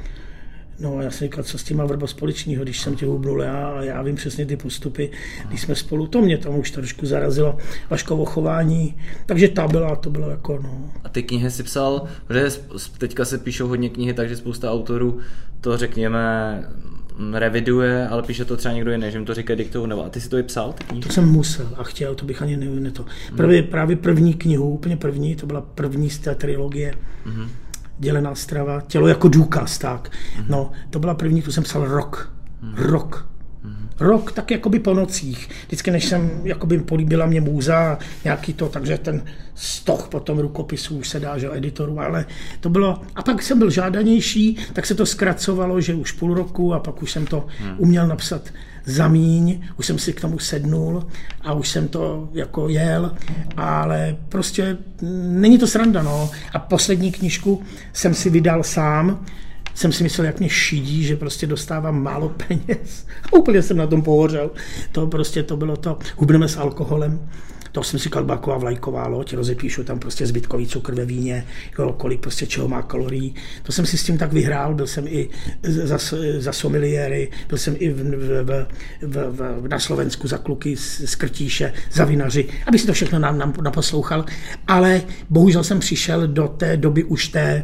no, já jsem říkal, co s tím má Vrba společného, když jsem tě hubnul já a já vím přesně ty postupy, když jsme spolu, to mě tam už trošku zarazilo, Vaškovo chování, takže ta byla, to bylo jako, no. A ty knihy si psal, že teďka se píšou hodně knihy, takže spousta autorů to, řekněme, reviduje, ale píše to třeba někdo jiný, že jim to říká diktou, nebo a ty si to i psal, ty knihy? To jsem musel a chtěl, to bych ani nevím, to. Právě, právě první knihu, úplně první, to byla první z té trilogie, mm-hmm. Dělená strava, tělo jako důkaz, tak. Mm-hmm. No, to byla první, tu jsem psal rok. Mm-hmm. Rok. Mm-hmm. Rok, tak jakoby po nocích. Vždycky, než jsem, jakoby políbila mě můza, nějaký to, takže ten stoch potom rukopisů už se dá, že editoru, ale to bylo, a pak jsem byl žádanější, tak se to zkracovalo, že už půl roku a pak už jsem to mm. uměl napsat za míň, už jsem si k tomu sednul a už jsem to jako jel, ale prostě není to sranda, no. A poslední knížku jsem si vydal sám, jsem si myslel, jak mě šidí, že prostě dostávám málo peněz a úplně jsem na tom pohořel. To prostě to bylo to, hubneme s alkoholem. To jsem si říkal, taková vlajková loď, rozepíšu tam prostě zbytkový cukr ve víně, jo, kolik prostě čeho má kalorií. To jsem si s tím tak vyhrál, byl jsem i za, za someliéry, byl jsem i v, v, v, v, na Slovensku za kluky z, z Krtíše, za vinaři, aby si to všechno nám, nám naposlouchal, ale bohužel jsem přišel do té doby už té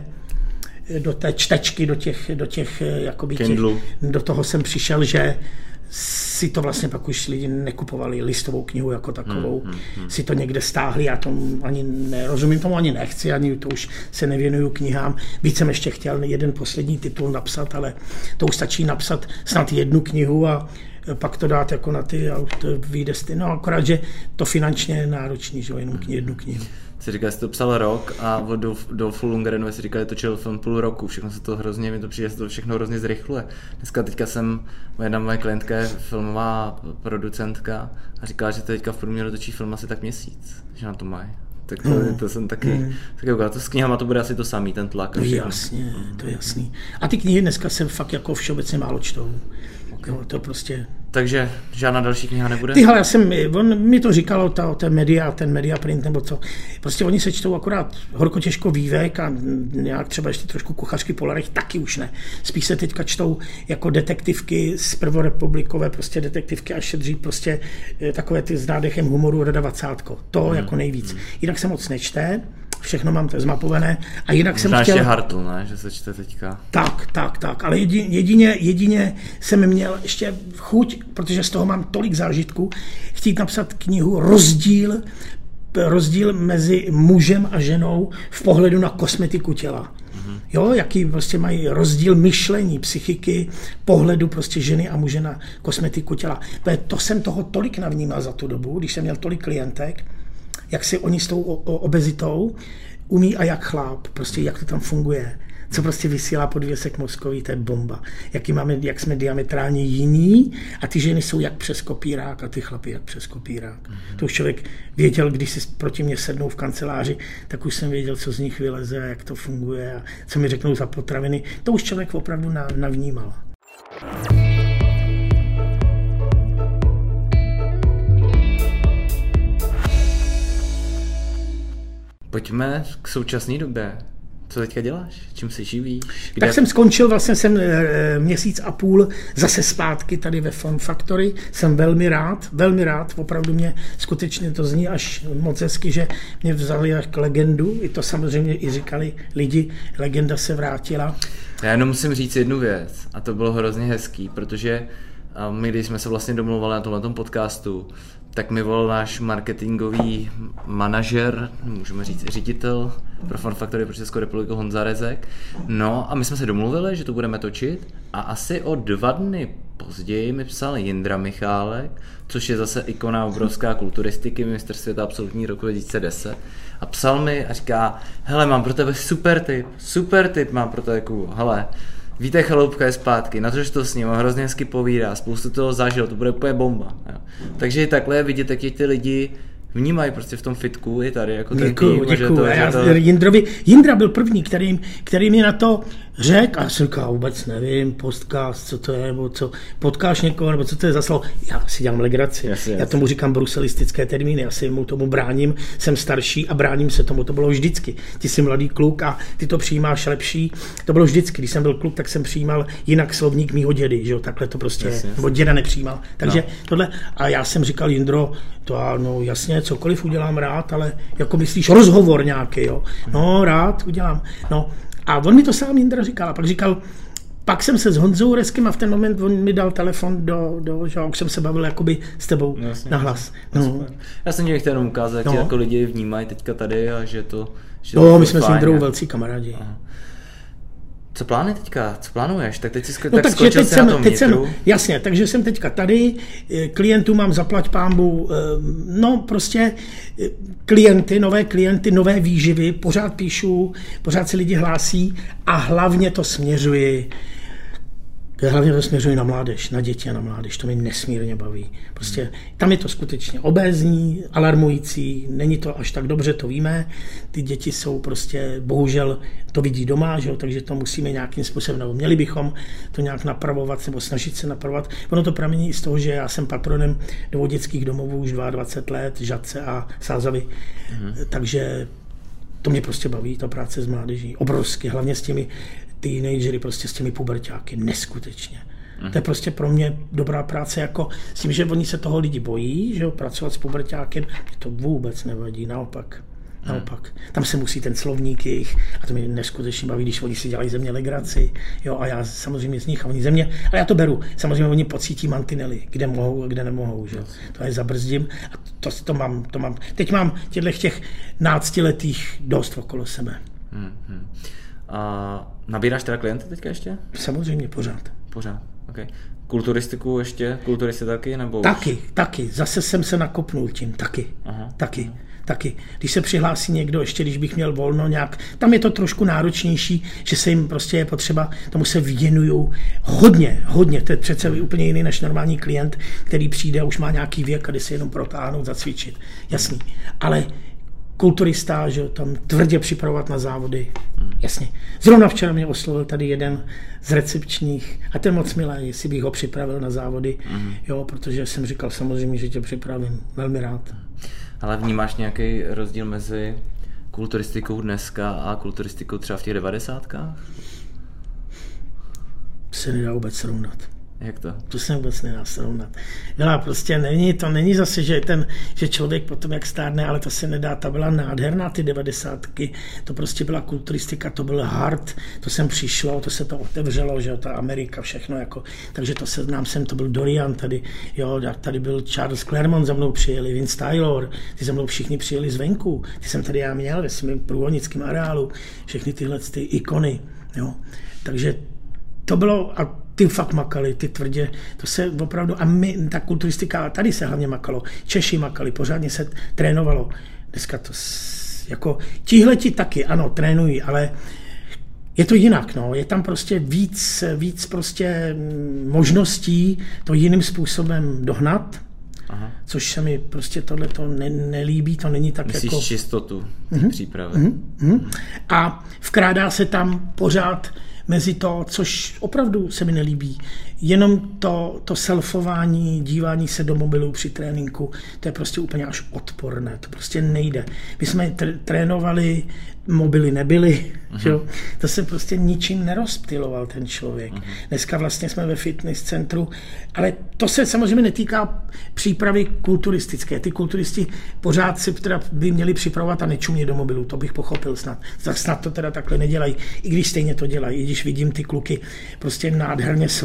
do té čtečky, do těch, do těch jakoby těch, do toho jsem přišel, že si to vlastně pak už lidi nekupovali listovou knihu jako takovou, hmm, hmm, hmm. si to někde stáhli, já tomu ani nerozumím, tomu ani nechci, ani to už se nevěnuju knihám. Víc jsem ještě chtěl jeden poslední titul napsat, ale to už stačí napsat snad jednu knihu a pak to dát jako na ty a to vyjde z ty. No akorát, že to finančně je náročný, že jenom kni, jednu knihu. Jsi říkal, jsi to psal rok a od Dolphu Lundgrenu jsi říkal, že točil film půl roku, všechno se to hrozně, mi to přijde, se to všechno hrozně zrychluje. Dneska teďka jsem, jedna moje klientka je filmová producentka a říkala, že to teďka v průměru točí film asi tak měsíc, že na to mají. Tak to, mm. to jsem taky, mm. taky ukážu. To s knihama to bude asi to samý, ten tlak. No jasně, mm. to je jasný. A ty knihy dneska se fakt jako všeobecně málo čtou. Okay. Jo, to prostě... Takže žádná další kniha nebude? Ty, hele, já jsem, on mi to říkalo, ta, ten media, ten media print nebo co. Prostě oni se čtou akorát horko těžko vývek a nějak třeba ještě trošku kuchařky Polarech, taky už ne. Spíš se teďka čtou jako detektivky z prvorepublikové, prostě detektivky a šedří, prostě takové ty s nádechem humoru Rada Vacátko. To hmm. jako nejvíc. Hmm. Jinak se moc nečte. Všechno mám to zmapované. A jinak Možná jsem chtěl... ještě Hartl, ne? Že se čte teďka. Tak, tak, tak. Ale jedině, jedině jsem měl ještě chuť, protože z toho mám tolik zážitků, chtít napsat knihu Rozdíl, rozdíl mezi mužem a ženou v pohledu na kosmetiku těla. Mm-hmm. Jo, jaký prostě mají rozdíl myšlení, psychiky, pohledu prostě ženy a muže na kosmetiku těla. To jsem toho tolik navnímal za tu dobu, když jsem měl tolik klientek, jak si oni s tou obezitou umí a jak chlap, prostě jak to tam funguje, co prostě vysílá podvěsek mozkový, to je bomba. Jaký máme, jak jsme diametrálně jiní a ty ženy jsou jak přes kopírák a ty chlapy jak přes kopírák. Mm-hmm. To už člověk věděl, když si proti mě sednou v kanceláři, tak už jsem věděl, co z nich vyleze, jak to funguje a co mi řeknou za potraviny. To už člověk opravdu navnímal. Pojďme k současné době. Co teďka děláš? Čím se živíš? Kde... Tak jsem skončil, vlastně jsem měsíc a půl zase zpátky tady ve Fun Factory. Jsem velmi rád, velmi rád, opravdu mě skutečně to zní až moc hezky, že mě vzali jak legendu. I to samozřejmě i říkali lidi, legenda se vrátila. Já jenom musím říct jednu věc a to bylo hrozně hezký, protože a my, když jsme se vlastně domluvali na tomhle podcastu, tak mi volal náš marketingový manažer, můžeme říct ředitel pro Fun Factory pro Českou republiku Honza Rezek. No a my jsme se domluvili, že to budeme točit a asi o dva dny později mi psal Jindra Michálek, což je zase ikona obrovská kulturistiky, mistr světa absolutní roku dva tisíce deset. A psal mi a říká, hele, mám pro tebe super tip, super tip mám pro tebe, Kubo, hele, Vítek Chaloupka je zpátky, natož to s ním, hrozně hezky povídá, spoustu toho zažil, to bude úplně bomba. Jo. Takže i takhle vidět, jak ti lidi vnímají prostě v tom fitku i tady jako ten děkuju, tým. Děkuju. To, já, to... Jindrovi, Jindra byl první, který, který mi na to řekl, a já jsem říkal, vůbec nevím, podcast, co to je, nebo co, potkáš někoho, nebo co to je za slovo. Já si dělám legraci. Yes, yes. Já tomu říkám bruselistické termíny, já si mu tomu bráním, jsem starší a bráním se tomu, to bylo vždycky. Ty jsi mladý kluk a ty to přijímáš lepší. To bylo vždycky, když jsem byl kluk, tak jsem přijímal jinak slovník mýho dědy, že jo, takhle to prostě, yes, yes. nebo děda nepřijímal. Takže no. tohle, a já jsem říkal, Jindro, to ano, jasně, cokoliv udělám rád, ale jako myslíš rozhovor nějaký, jo. No, rád udělám. No, a on mi to sám Jindra říkal. A pak říkal, pak jsem se s Honzou Rezkem a v ten moment on mi dal telefon do, do že už jsem se bavil jakoby s tebou no, jasně, na hlas. No. Já jsem ti chtěl jenom ukázat, jak no. jako lidi vnímají teďka tady a že to že No, to my jsme fajn, s Jindrou velcí kamarádi. Aha. Co plány teďka? Co plánuješ? Tak teď si sko- no, tak skočil teď jsi jsem, na tom teď jsem, nitru. Jasně, takže jsem teďka tady, klientů mám zaplať pánbu, no prostě klienty, nové klienty, nové výživy, pořád píšu, pořád se lidi hlásí a hlavně to směřuji Hlavně to směřuji na mládež, na děti a na mládež, to mi nesmírně baví. Prostě tam je to skutečně obézní, alarmující, není to až tak dobře, to víme. Ty děti jsou prostě, bohužel to vidí doma, že jo, takže to musíme nějakým způsobem, nebo měli bychom to nějak napravovat nebo snažit se napravovat. Ono to pramení i z toho, že já jsem patronem dvou dětských domovů už dvacet dva let, Žadce a Sázavy, mhm. takže to mě prostě baví, ta práce s mládeží, obrovsky, hlavně s těmi teenagery, prostě s těmi puberťáky, neskutečně. Mm. To je prostě pro mě dobrá práce, jako s tím, že oni se toho lidi bojí, že jo, pracovat s puberťákem, to vůbec nevadí, naopak. Mm. Naopak. Tam se musí ten slovník jejich, a to mě neskutečně baví, když oni si dělají ze mě legraci, jo, a já samozřejmě z nich a oni ze mě, ale já to beru. Samozřejmě oni pocítí mantinely, kde mohou a kde nemohou, že jo. To je zabrzdím a to, to, mám, to mám. Teď mám těchto těch náctiletých dost okolo sebe. Mm, mm. A nabíráš teda klienty teďka ještě? Samozřejmě, pořád. Pořád, ok. Kulturistiku ještě? Kulturisty taky? Nebo taky, už? taky. Zase jsem se nakopnul tím, taky. Aha, taky. Aha. Taky. Když se přihlásí někdo, ještě když bych měl volno nějak, tam je to trošku náročnější, že se jim prostě je potřeba, tomu se věnuju hodně, hodně, to je přece úplně jiný než normální klient, který přijde a už má nějaký věk a jde se jenom protáhnout, zacvičit. Jasný. Ale kulturista, že tam tvrdě připravovat na závody. Jasně. Zrovna včera mě oslovil tady jeden z recepčních a ten moc milý, jestli bych ho připravil na závody, mm. jo, protože jsem říkal samozřejmě, že tě připravím. Velmi rád. Ale vnímáš nějaký rozdíl mezi kulturistikou dneska a kulturistikou třeba v těch devadesátkách? Se nedá vůbec srovnat. Jak to? To se vůbec nedá srovnat. Byla prostě není, to není zase, že ten, že člověk potom jak stárne, ale to se nedá, ta byla nádherná, ty devadesátky, to prostě byla kulturistika, to byl hard, to sem přišlo, to se to otevřelo, že ta Amerika, všechno jako, takže to se znám sem, to byl Dorian tady, jo, tady byl Charles Claremont, za mnou přijeli, Vince Taylor, ty za mnou všichni přijeli zvenku, ty jsem tady já měl ve svém průvodnickém areálu, všechny tyhle ty ikony, jo, takže to bylo, a ty fakt makali, ty tvrdě, to se opravdu, a my, ta kulturistika, tady se hlavně makalo, Češi makali, pořádně se trénovalo. Dneska to, jako, tihleti taky, ano, trénují, ale je to jinak, no, je tam prostě víc, víc prostě možností to jiným způsobem dohnat, aha. Což se mi prostě tohleto ne, nelíbí, to není tak. Myslíš jako čistotu mm-hmm. přípravy. Mm-hmm. Mm-hmm. A vkrádá se tam pořád mezi to, což opravdu se mi nelíbí. Jenom to, to selfování, dívání se do mobilů při tréninku, to je prostě úplně až odporné, to prostě nejde. My jsme tr- trénovali, mobily nebyly, uh-huh. jo? To se prostě ničím nerozptyloval ten člověk. Uh-huh. Dneska vlastně jsme ve fitness centru, ale to se samozřejmě netýká přípravy kulturistické. Ty kulturisti pořád si teda by měli připravovat a nečumět do mobilu, to bych pochopil snad. Snad to teda takhle nedělají, i když stejně to dělají, i když vidím ty kluky prostě nádherně svalově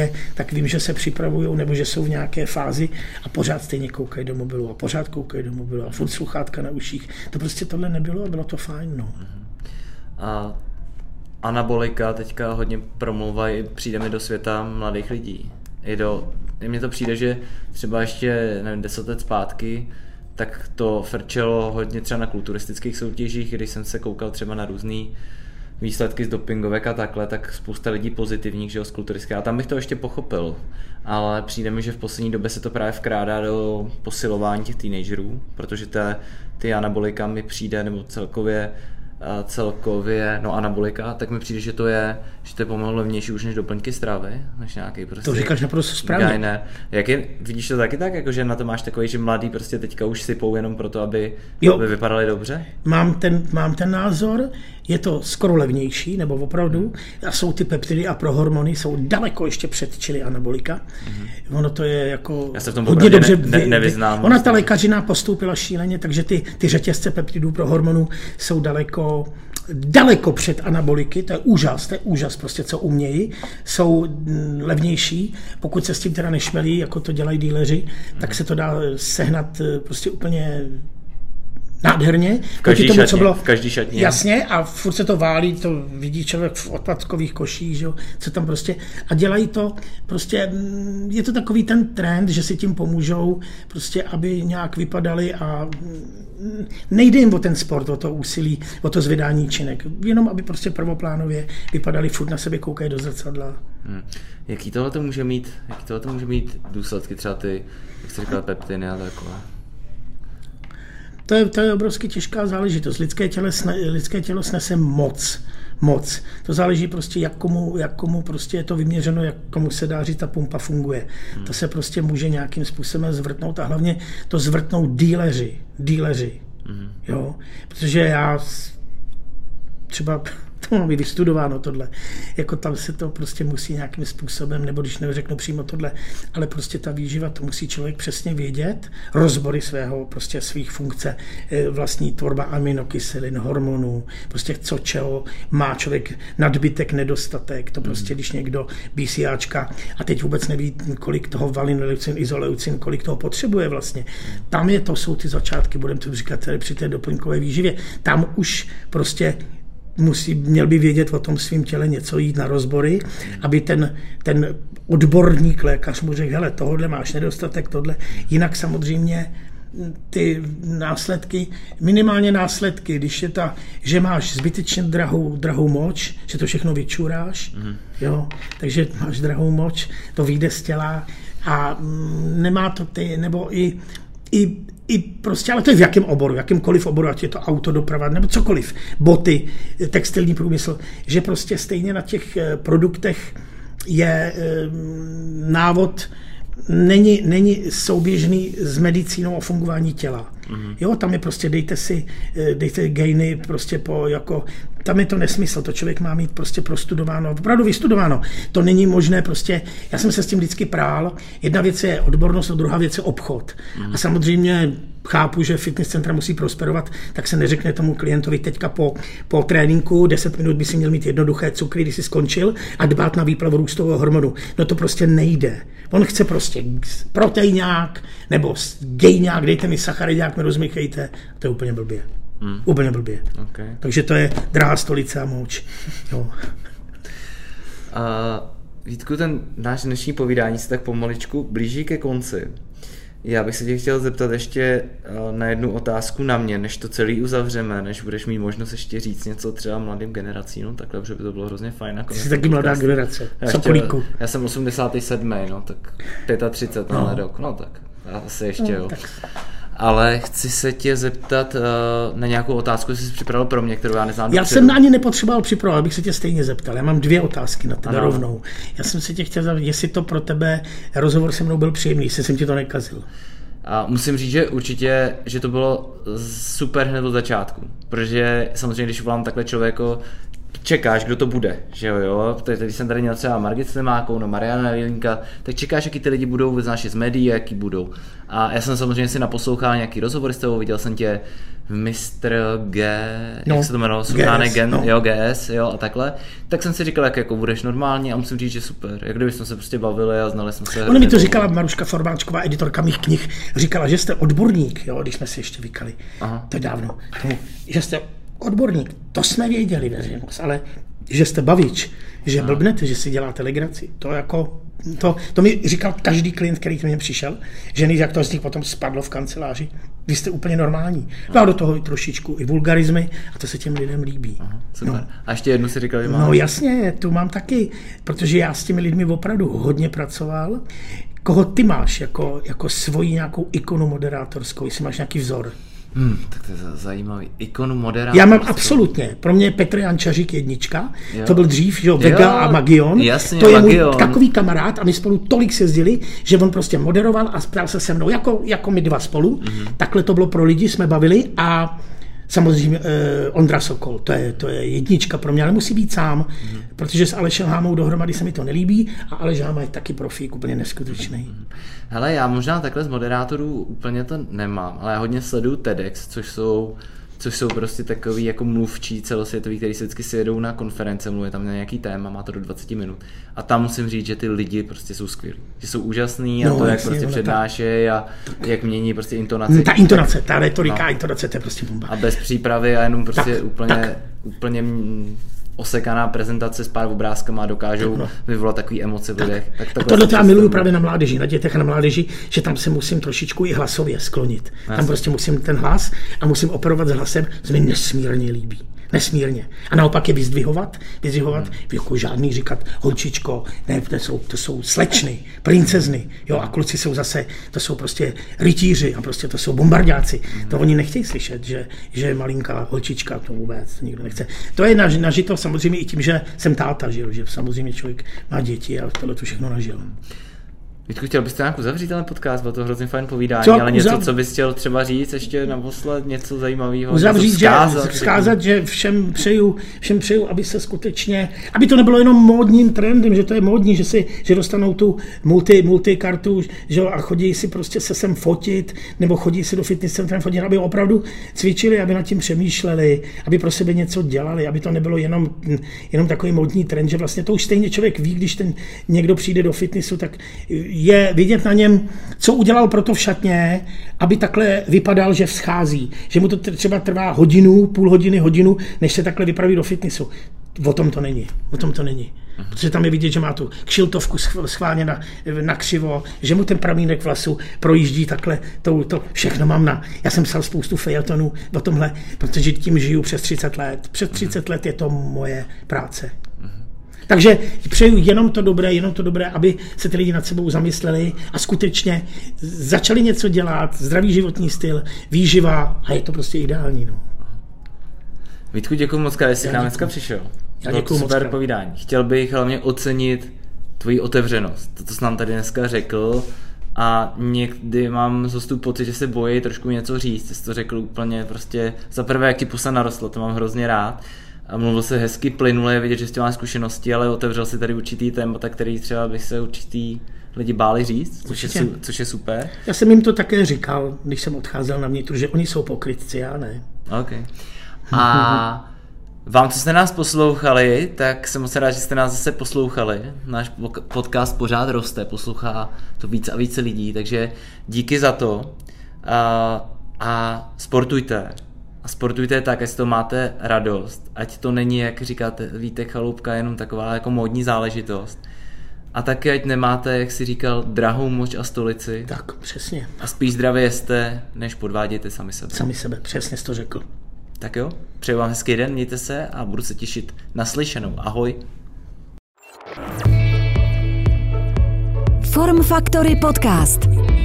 děje, tak vím, že se připravují nebo že jsou v nějaké fázi a pořád stejně koukají do mobilu a pořád koukají do mobilu a furt sluchátka na uších. To prostě tohle nebylo a bylo to fajn. No. A anabolika teďka hodně promluvají, přijde mi do světa mladých lidí. I do, mně to přijde, že třeba ještě nevím, deset let zpátky, tak to frčelo hodně třeba na kulturistických soutěžích, když jsem se koukal třeba na různý výsledky z dopingovek a takhle, tak spousta lidí pozitivních, že jo, z kulturistiky. A tam bych to ještě pochopil. Ale přijde mi, že v poslední době se to právě vkrádá do posilování těch teenagerů, protože te, ty anabolika mi přijde, nebo celkově celkově, no anabolika, tak mi přijde, že to je, že to je pomalu levnější už než doplňky stravy, než nějaký prostě... To říkáš naprosto správně. Gajner. Jak je, vidíš to taky tak, jako že na to máš takový, že mladý prostě teďka už sypou jenom proto, aby, aby vypadali dobře? Mám ten, mám ten názor, je to skoro levnější, nebo opravdu, a jsou ty peptidy a prohormony, jsou daleko ještě před čili anabolika. Mm-hmm. Ono to je jako Já se v tom hodně dobře ne, ne, nevyznám. Ona ta lékařina postoupila šíleně, takže ty, ty řetězce peptidů prohormonů jsou daleko daleko před anaboliky, to je úžas, to je úžas prostě, co umějí, jsou levnější, pokud se s tím teda nešmelí, jako to dělají díleři, mm. tak se to dá sehnat prostě úplně nádherně. V každý, tomu, šatně, co bylo, v každý šatně. Jasně, a furt se to válí, to vidí člověk v odpadkových koších, že? Co tam prostě, a dělají to, prostě je to takový ten trend, že si tím pomůžou, prostě, aby nějak vypadali a nejde jim o ten sport, o to úsilí, o to zvedání činek, jenom aby prostě prvoplánově vypadali, furt na sebe koukají do zrcadla. Hmm. Jaký tohle to může mít, jaký tohle to může mít důsledky, třeba ty, jak jsi říkal, peptiny a takové? To je, to je obrovsky těžká záležitost. Lidské tělo, sne, lidské tělo snese moc. Moc. To záleží prostě, jak komu, jak komu prostě je to vyměřeno, jak komu se dá říct, ta pumpa funguje. Hmm. To se prostě může nějakým způsobem zvrtnout a hlavně to zvrtnou díleři. Díleři. Hmm. Jo? Protože já třeba to mám i vystudováno tohle. Jako tam se to prostě musí nějakým způsobem, nebo když neřeknu přímo tohle, ale prostě ta výživa, to musí člověk přesně vědět, rozbory svého, prostě svých funkce, vlastní tvorba aminokyselin, hormonů, prostě co čeho má člověk nadbytek, nedostatek, to prostě, když někdo BCAčka a teď vůbec neví, kolik toho valinoleucin, izoleucin, kolik toho potřebuje vlastně. Tam je, to jsou ty začátky, budeme to říkat tady při té doplňkové výživě. Tam už prostě musí, měl by vědět o tom svým těle něco, jít na rozbory, aby ten, ten odborník, lékař mu řekl, hele, tohle máš nedostatek, tohle. Jinak samozřejmě ty následky, minimálně následky, když je ta, že máš zbytečně drahou, drahou moč, že to všechno vyčuráš, mm. jo, takže máš drahou moč, to vyjde z těla a nemá to ty, nebo i, i I prostě, ale to je v jakém oboru, v jakýmkoliv oboru, ať je to autodoprava nebo cokoliv, boty, textilní průmysl, že prostě stejně na těch produktech je návod, není, není souběžný s medicínou o fungování těla. Mm-hmm. Jo, tam je prostě, dejte si, dejte gejny prostě po, jako, tam je to nesmysl, to člověk má mít prostě prostudováno, opravdu vystudováno. To není možné prostě, já jsem se s tím vždycky prál, jedna věc je odbornost, a druhá věc je obchod. Mm-hmm. A samozřejmě chápu, že fitness centra musí prosperovat, tak se neřekne tomu klientovi teďka po, po tréninku deset minut by si měl mít jednoduché cukry, když si skončil a dbát na výplavu růstového hormonu. No to prostě nejde. On chce prostě proteinák nebo gejňák, dejte mi sacharidák, mi rozmíchejte. To je úplně blbě. Hmm. Úplně blbě. Okay. Takže to je drahá stolice a moč. Jo. A Vítku, ten náš dnešní povídání se tak pomaličku blíží ke konci. Já bych se tě chtěl zeptat ještě na jednu otázku na mě, než to celý uzavřeme, než budeš mít možnost ještě říct něco třeba mladým generacím, no takhle, protože by to bylo hrozně fajn. Ty jsi taky mladá generace, Sokolíku. Já jsem osmdesátý sedmý, no tak třicet pět no. na rok, no tak asi ještě no, jo. Tak. Ale chci se tě zeptat uh, na nějakou otázku, jestli jsi připravil pro mě, kterou já neznám. Já dopředu. Jsem ani nepotřeboval připravovat, abych se tě stejně zeptal. Já mám dvě otázky na tebe ano. rovnou. Já jsem se tě chtěl zeptat, jestli to pro tebe rozhovor se mnou byl příjemný, jestli jsem ti to nekazil. A musím říct, že určitě, že to bylo super hned od začátku, protože samozřejmě, když volám takhle člověko, čekáš, kdo to bude, že jo, jo? Když jsem tady měl třeba Margit Slimákou, no Mariana Jelínka, tak čekáš, jaký ty lidi budou vyznášet z médií, jaký budou. A já jsem samozřejmě si naposlouchal nějaký rozhovor s tebou, viděl jsem tě v mistr G, no, jak se to jmenovalo, Suchané Gen, no. jo, G S, jo, a takhle, tak jsem si říkal, jak jako budeš normálně a musím říct, že super, jak kdyby jsme se prostě bavili a znali jsme se. Ona mi to říkala Maruška Formáčková, editorka mých knih, říkala, že jste odborník, jo, když jsme si ještě vykali, Aha. to dávno, tomu, že jste odborník, to jsme věděli veřejnost, ale že jste bavič, že Aha. blbnete, že si děláte legraci, to jako, to, to mi říkal každý klient, který k mně přišel, že než jak to z nich potom spadlo v kanceláři, vy jste úplně normální. No a do toho i trošičku i vulgarizmy a to se těm lidem líbí. Aha, super. No. A ještě jednu si říkal, že mám. No jasně, tu mám taky, protože já s těmi lidmi opravdu hodně pracoval. Koho ty máš jako, jako svoji nějakou ikonu moderátorskou, jestli máš nějaký vzor? Hmm, tak to je zajímavý. Ikonu moderátorskou. Já mám absolutně. Pro mě je Petr Jančařík jednička. Jo. To byl dřív, že jo, Vega jo, a Magion. Jasně, to je Magion. Můj takový kamarád a my spolu tolik se jezdili, že on prostě moderoval a spral se se mnou, jako, jako my dva spolu. Mm-hmm. Takhle to bylo pro lidi, jsme bavili a samozřejmě eh, Ondra Sokol, to je, to je jednička pro mě, ale musí být sám, mm-hmm. protože s Alešem Hámou dohromady se mi to nelíbí a Aleš Háma je taky profík, úplně neskutečný. Mm-hmm. Hele, já možná takhle z moderátorů úplně to nemám, ale já hodně sleduju TEDx, což jsou, což jsou prostě takový jako mluvčí celosvětový, který se vždycky si jedou na konference, mluví tam na nějaký téma, má to do dvacet minut. A tam musím říct, že ty lidi prostě jsou skvělí, že jsou úžasný a no, to, jak prostě přednášejí a jak mění prostě intonaci. Ta intonace, ta retorika no. intonace, to je prostě bomba. A bez přípravy a jenom prostě tak, úplně, tak. úplně osekaná prezentace s pár obrázkama dokážou no. vyvolat takový emoce v lidech. Tak. Tak a tohle já miluju právě na mládeži, na dětech a na mládeži, že tam se musím trošičku i hlasově sklonit. Jasně. Tam prostě musím ten hlas a musím operovat s hlasem, co mi nesmírně líbí. Nesmírně. A naopak je vyzdvihovat, vyzdvihovat, hmm. jako žádný říkat holčičko, ne, to jsou, to jsou slečny, princezny, jo, a kluci jsou zase, to jsou prostě rytíři a prostě to jsou bombardáci. Hmm. To oni nechtějí slyšet, že, že je malinká holčička, to vůbec, to nikdo nechce. To je naž, nažito samozřejmě i tím, že jsem táta, že, že samozřejmě člověk má děti a tohle to všechno nažil. Vítku, chtěl byste nějak uzavřít ten podcast, bylo to hrozně fajn povídání, co? ale něco, Uzav... co bys chtěl třeba říct ještě naposled, něco zajímavého, uzavřít, něco vzkázat, že, vzkázat, že všem přeju, všem přeju, aby se skutečně, aby to nebylo jenom módním trendem, že to je módní, že si, že dostanou tu multi, multikartu, že a chodí si prostě se sem fotit, nebo chodí si do fitness centra fotit, aby opravdu cvičili, aby nad tím přemýšleli, aby pro sebe něco dělali, aby to nebylo jenom, jenom takový módní trend, že vlastně to už stejně člověk ví, když ten někdo přijde do fitnessu, tak je vidět na něm, co udělal proto v šatně, aby takhle vypadal, že vzchází. Že mu to třeba trvá hodinu, půl hodiny, hodinu, než se takhle vypraví do fitnessu. O tom to není. O tom to není. Aha. Protože tam je vidět, že má tu kšiltovku schválně na, na křivo, že mu ten pramínek vlasu projíždí takhle, to, to všechno mám na. Já jsem psal spoustu fejeltonů o tomhle, protože tím žiju přes třicet let. Přes třicet let je to moje práce. Takže přeju jenom to dobré, jenom to dobré, aby se ty lidi nad sebou zamysleli a skutečně začali něco dělat, zdravý životní styl, výživa a je to prostě ideální. No. Vítku, děkuji moc, že jsi k nám dneska přišel. Já děkuji super moc. Povídání. Chtěl bych hlavně ocenit tvoji otevřenost, to, co jsi nám tady dneska řekl a někdy mám zase pocit, že se bojí trošku něco říct, jsi to řekl úplně prostě, za prvé, jak ti pusa narostla, to mám hrozně rád. A mluvil se hezky, plynule, je vidět, že jsi má zkušenosti, ale otevřel si tady určitý témata, který třeba by se určitý lidi báli říct, což je, což je super. Já jsem jim to také říkal, když jsem odcházel na vnitru, že oni jsou pokrytci, já ne. OK. A vám, co jste nás poslouchali, tak jsem moc rád, že jste nás zase poslouchali. Náš podcast pořád roste, poslouchá to více a více lidí, takže díky za to. A, a sportujte. A sportujte tak, jestli to máte radost, ať to není, jak říkáte, Vítek Chaloupka, jenom taková jako módní záležitost. A taky, ať nemáte, jak si říkal, drahou moč a stolici. Tak, přesně. A spíš zdravě jeste, než podvádějte sami sebe. Sami sebe, přesně jsi to řekl. Tak jo, přeju vám hezký den, mějte se a budu se těšit na slyšenou. Ahoj. Form Factory Podcast.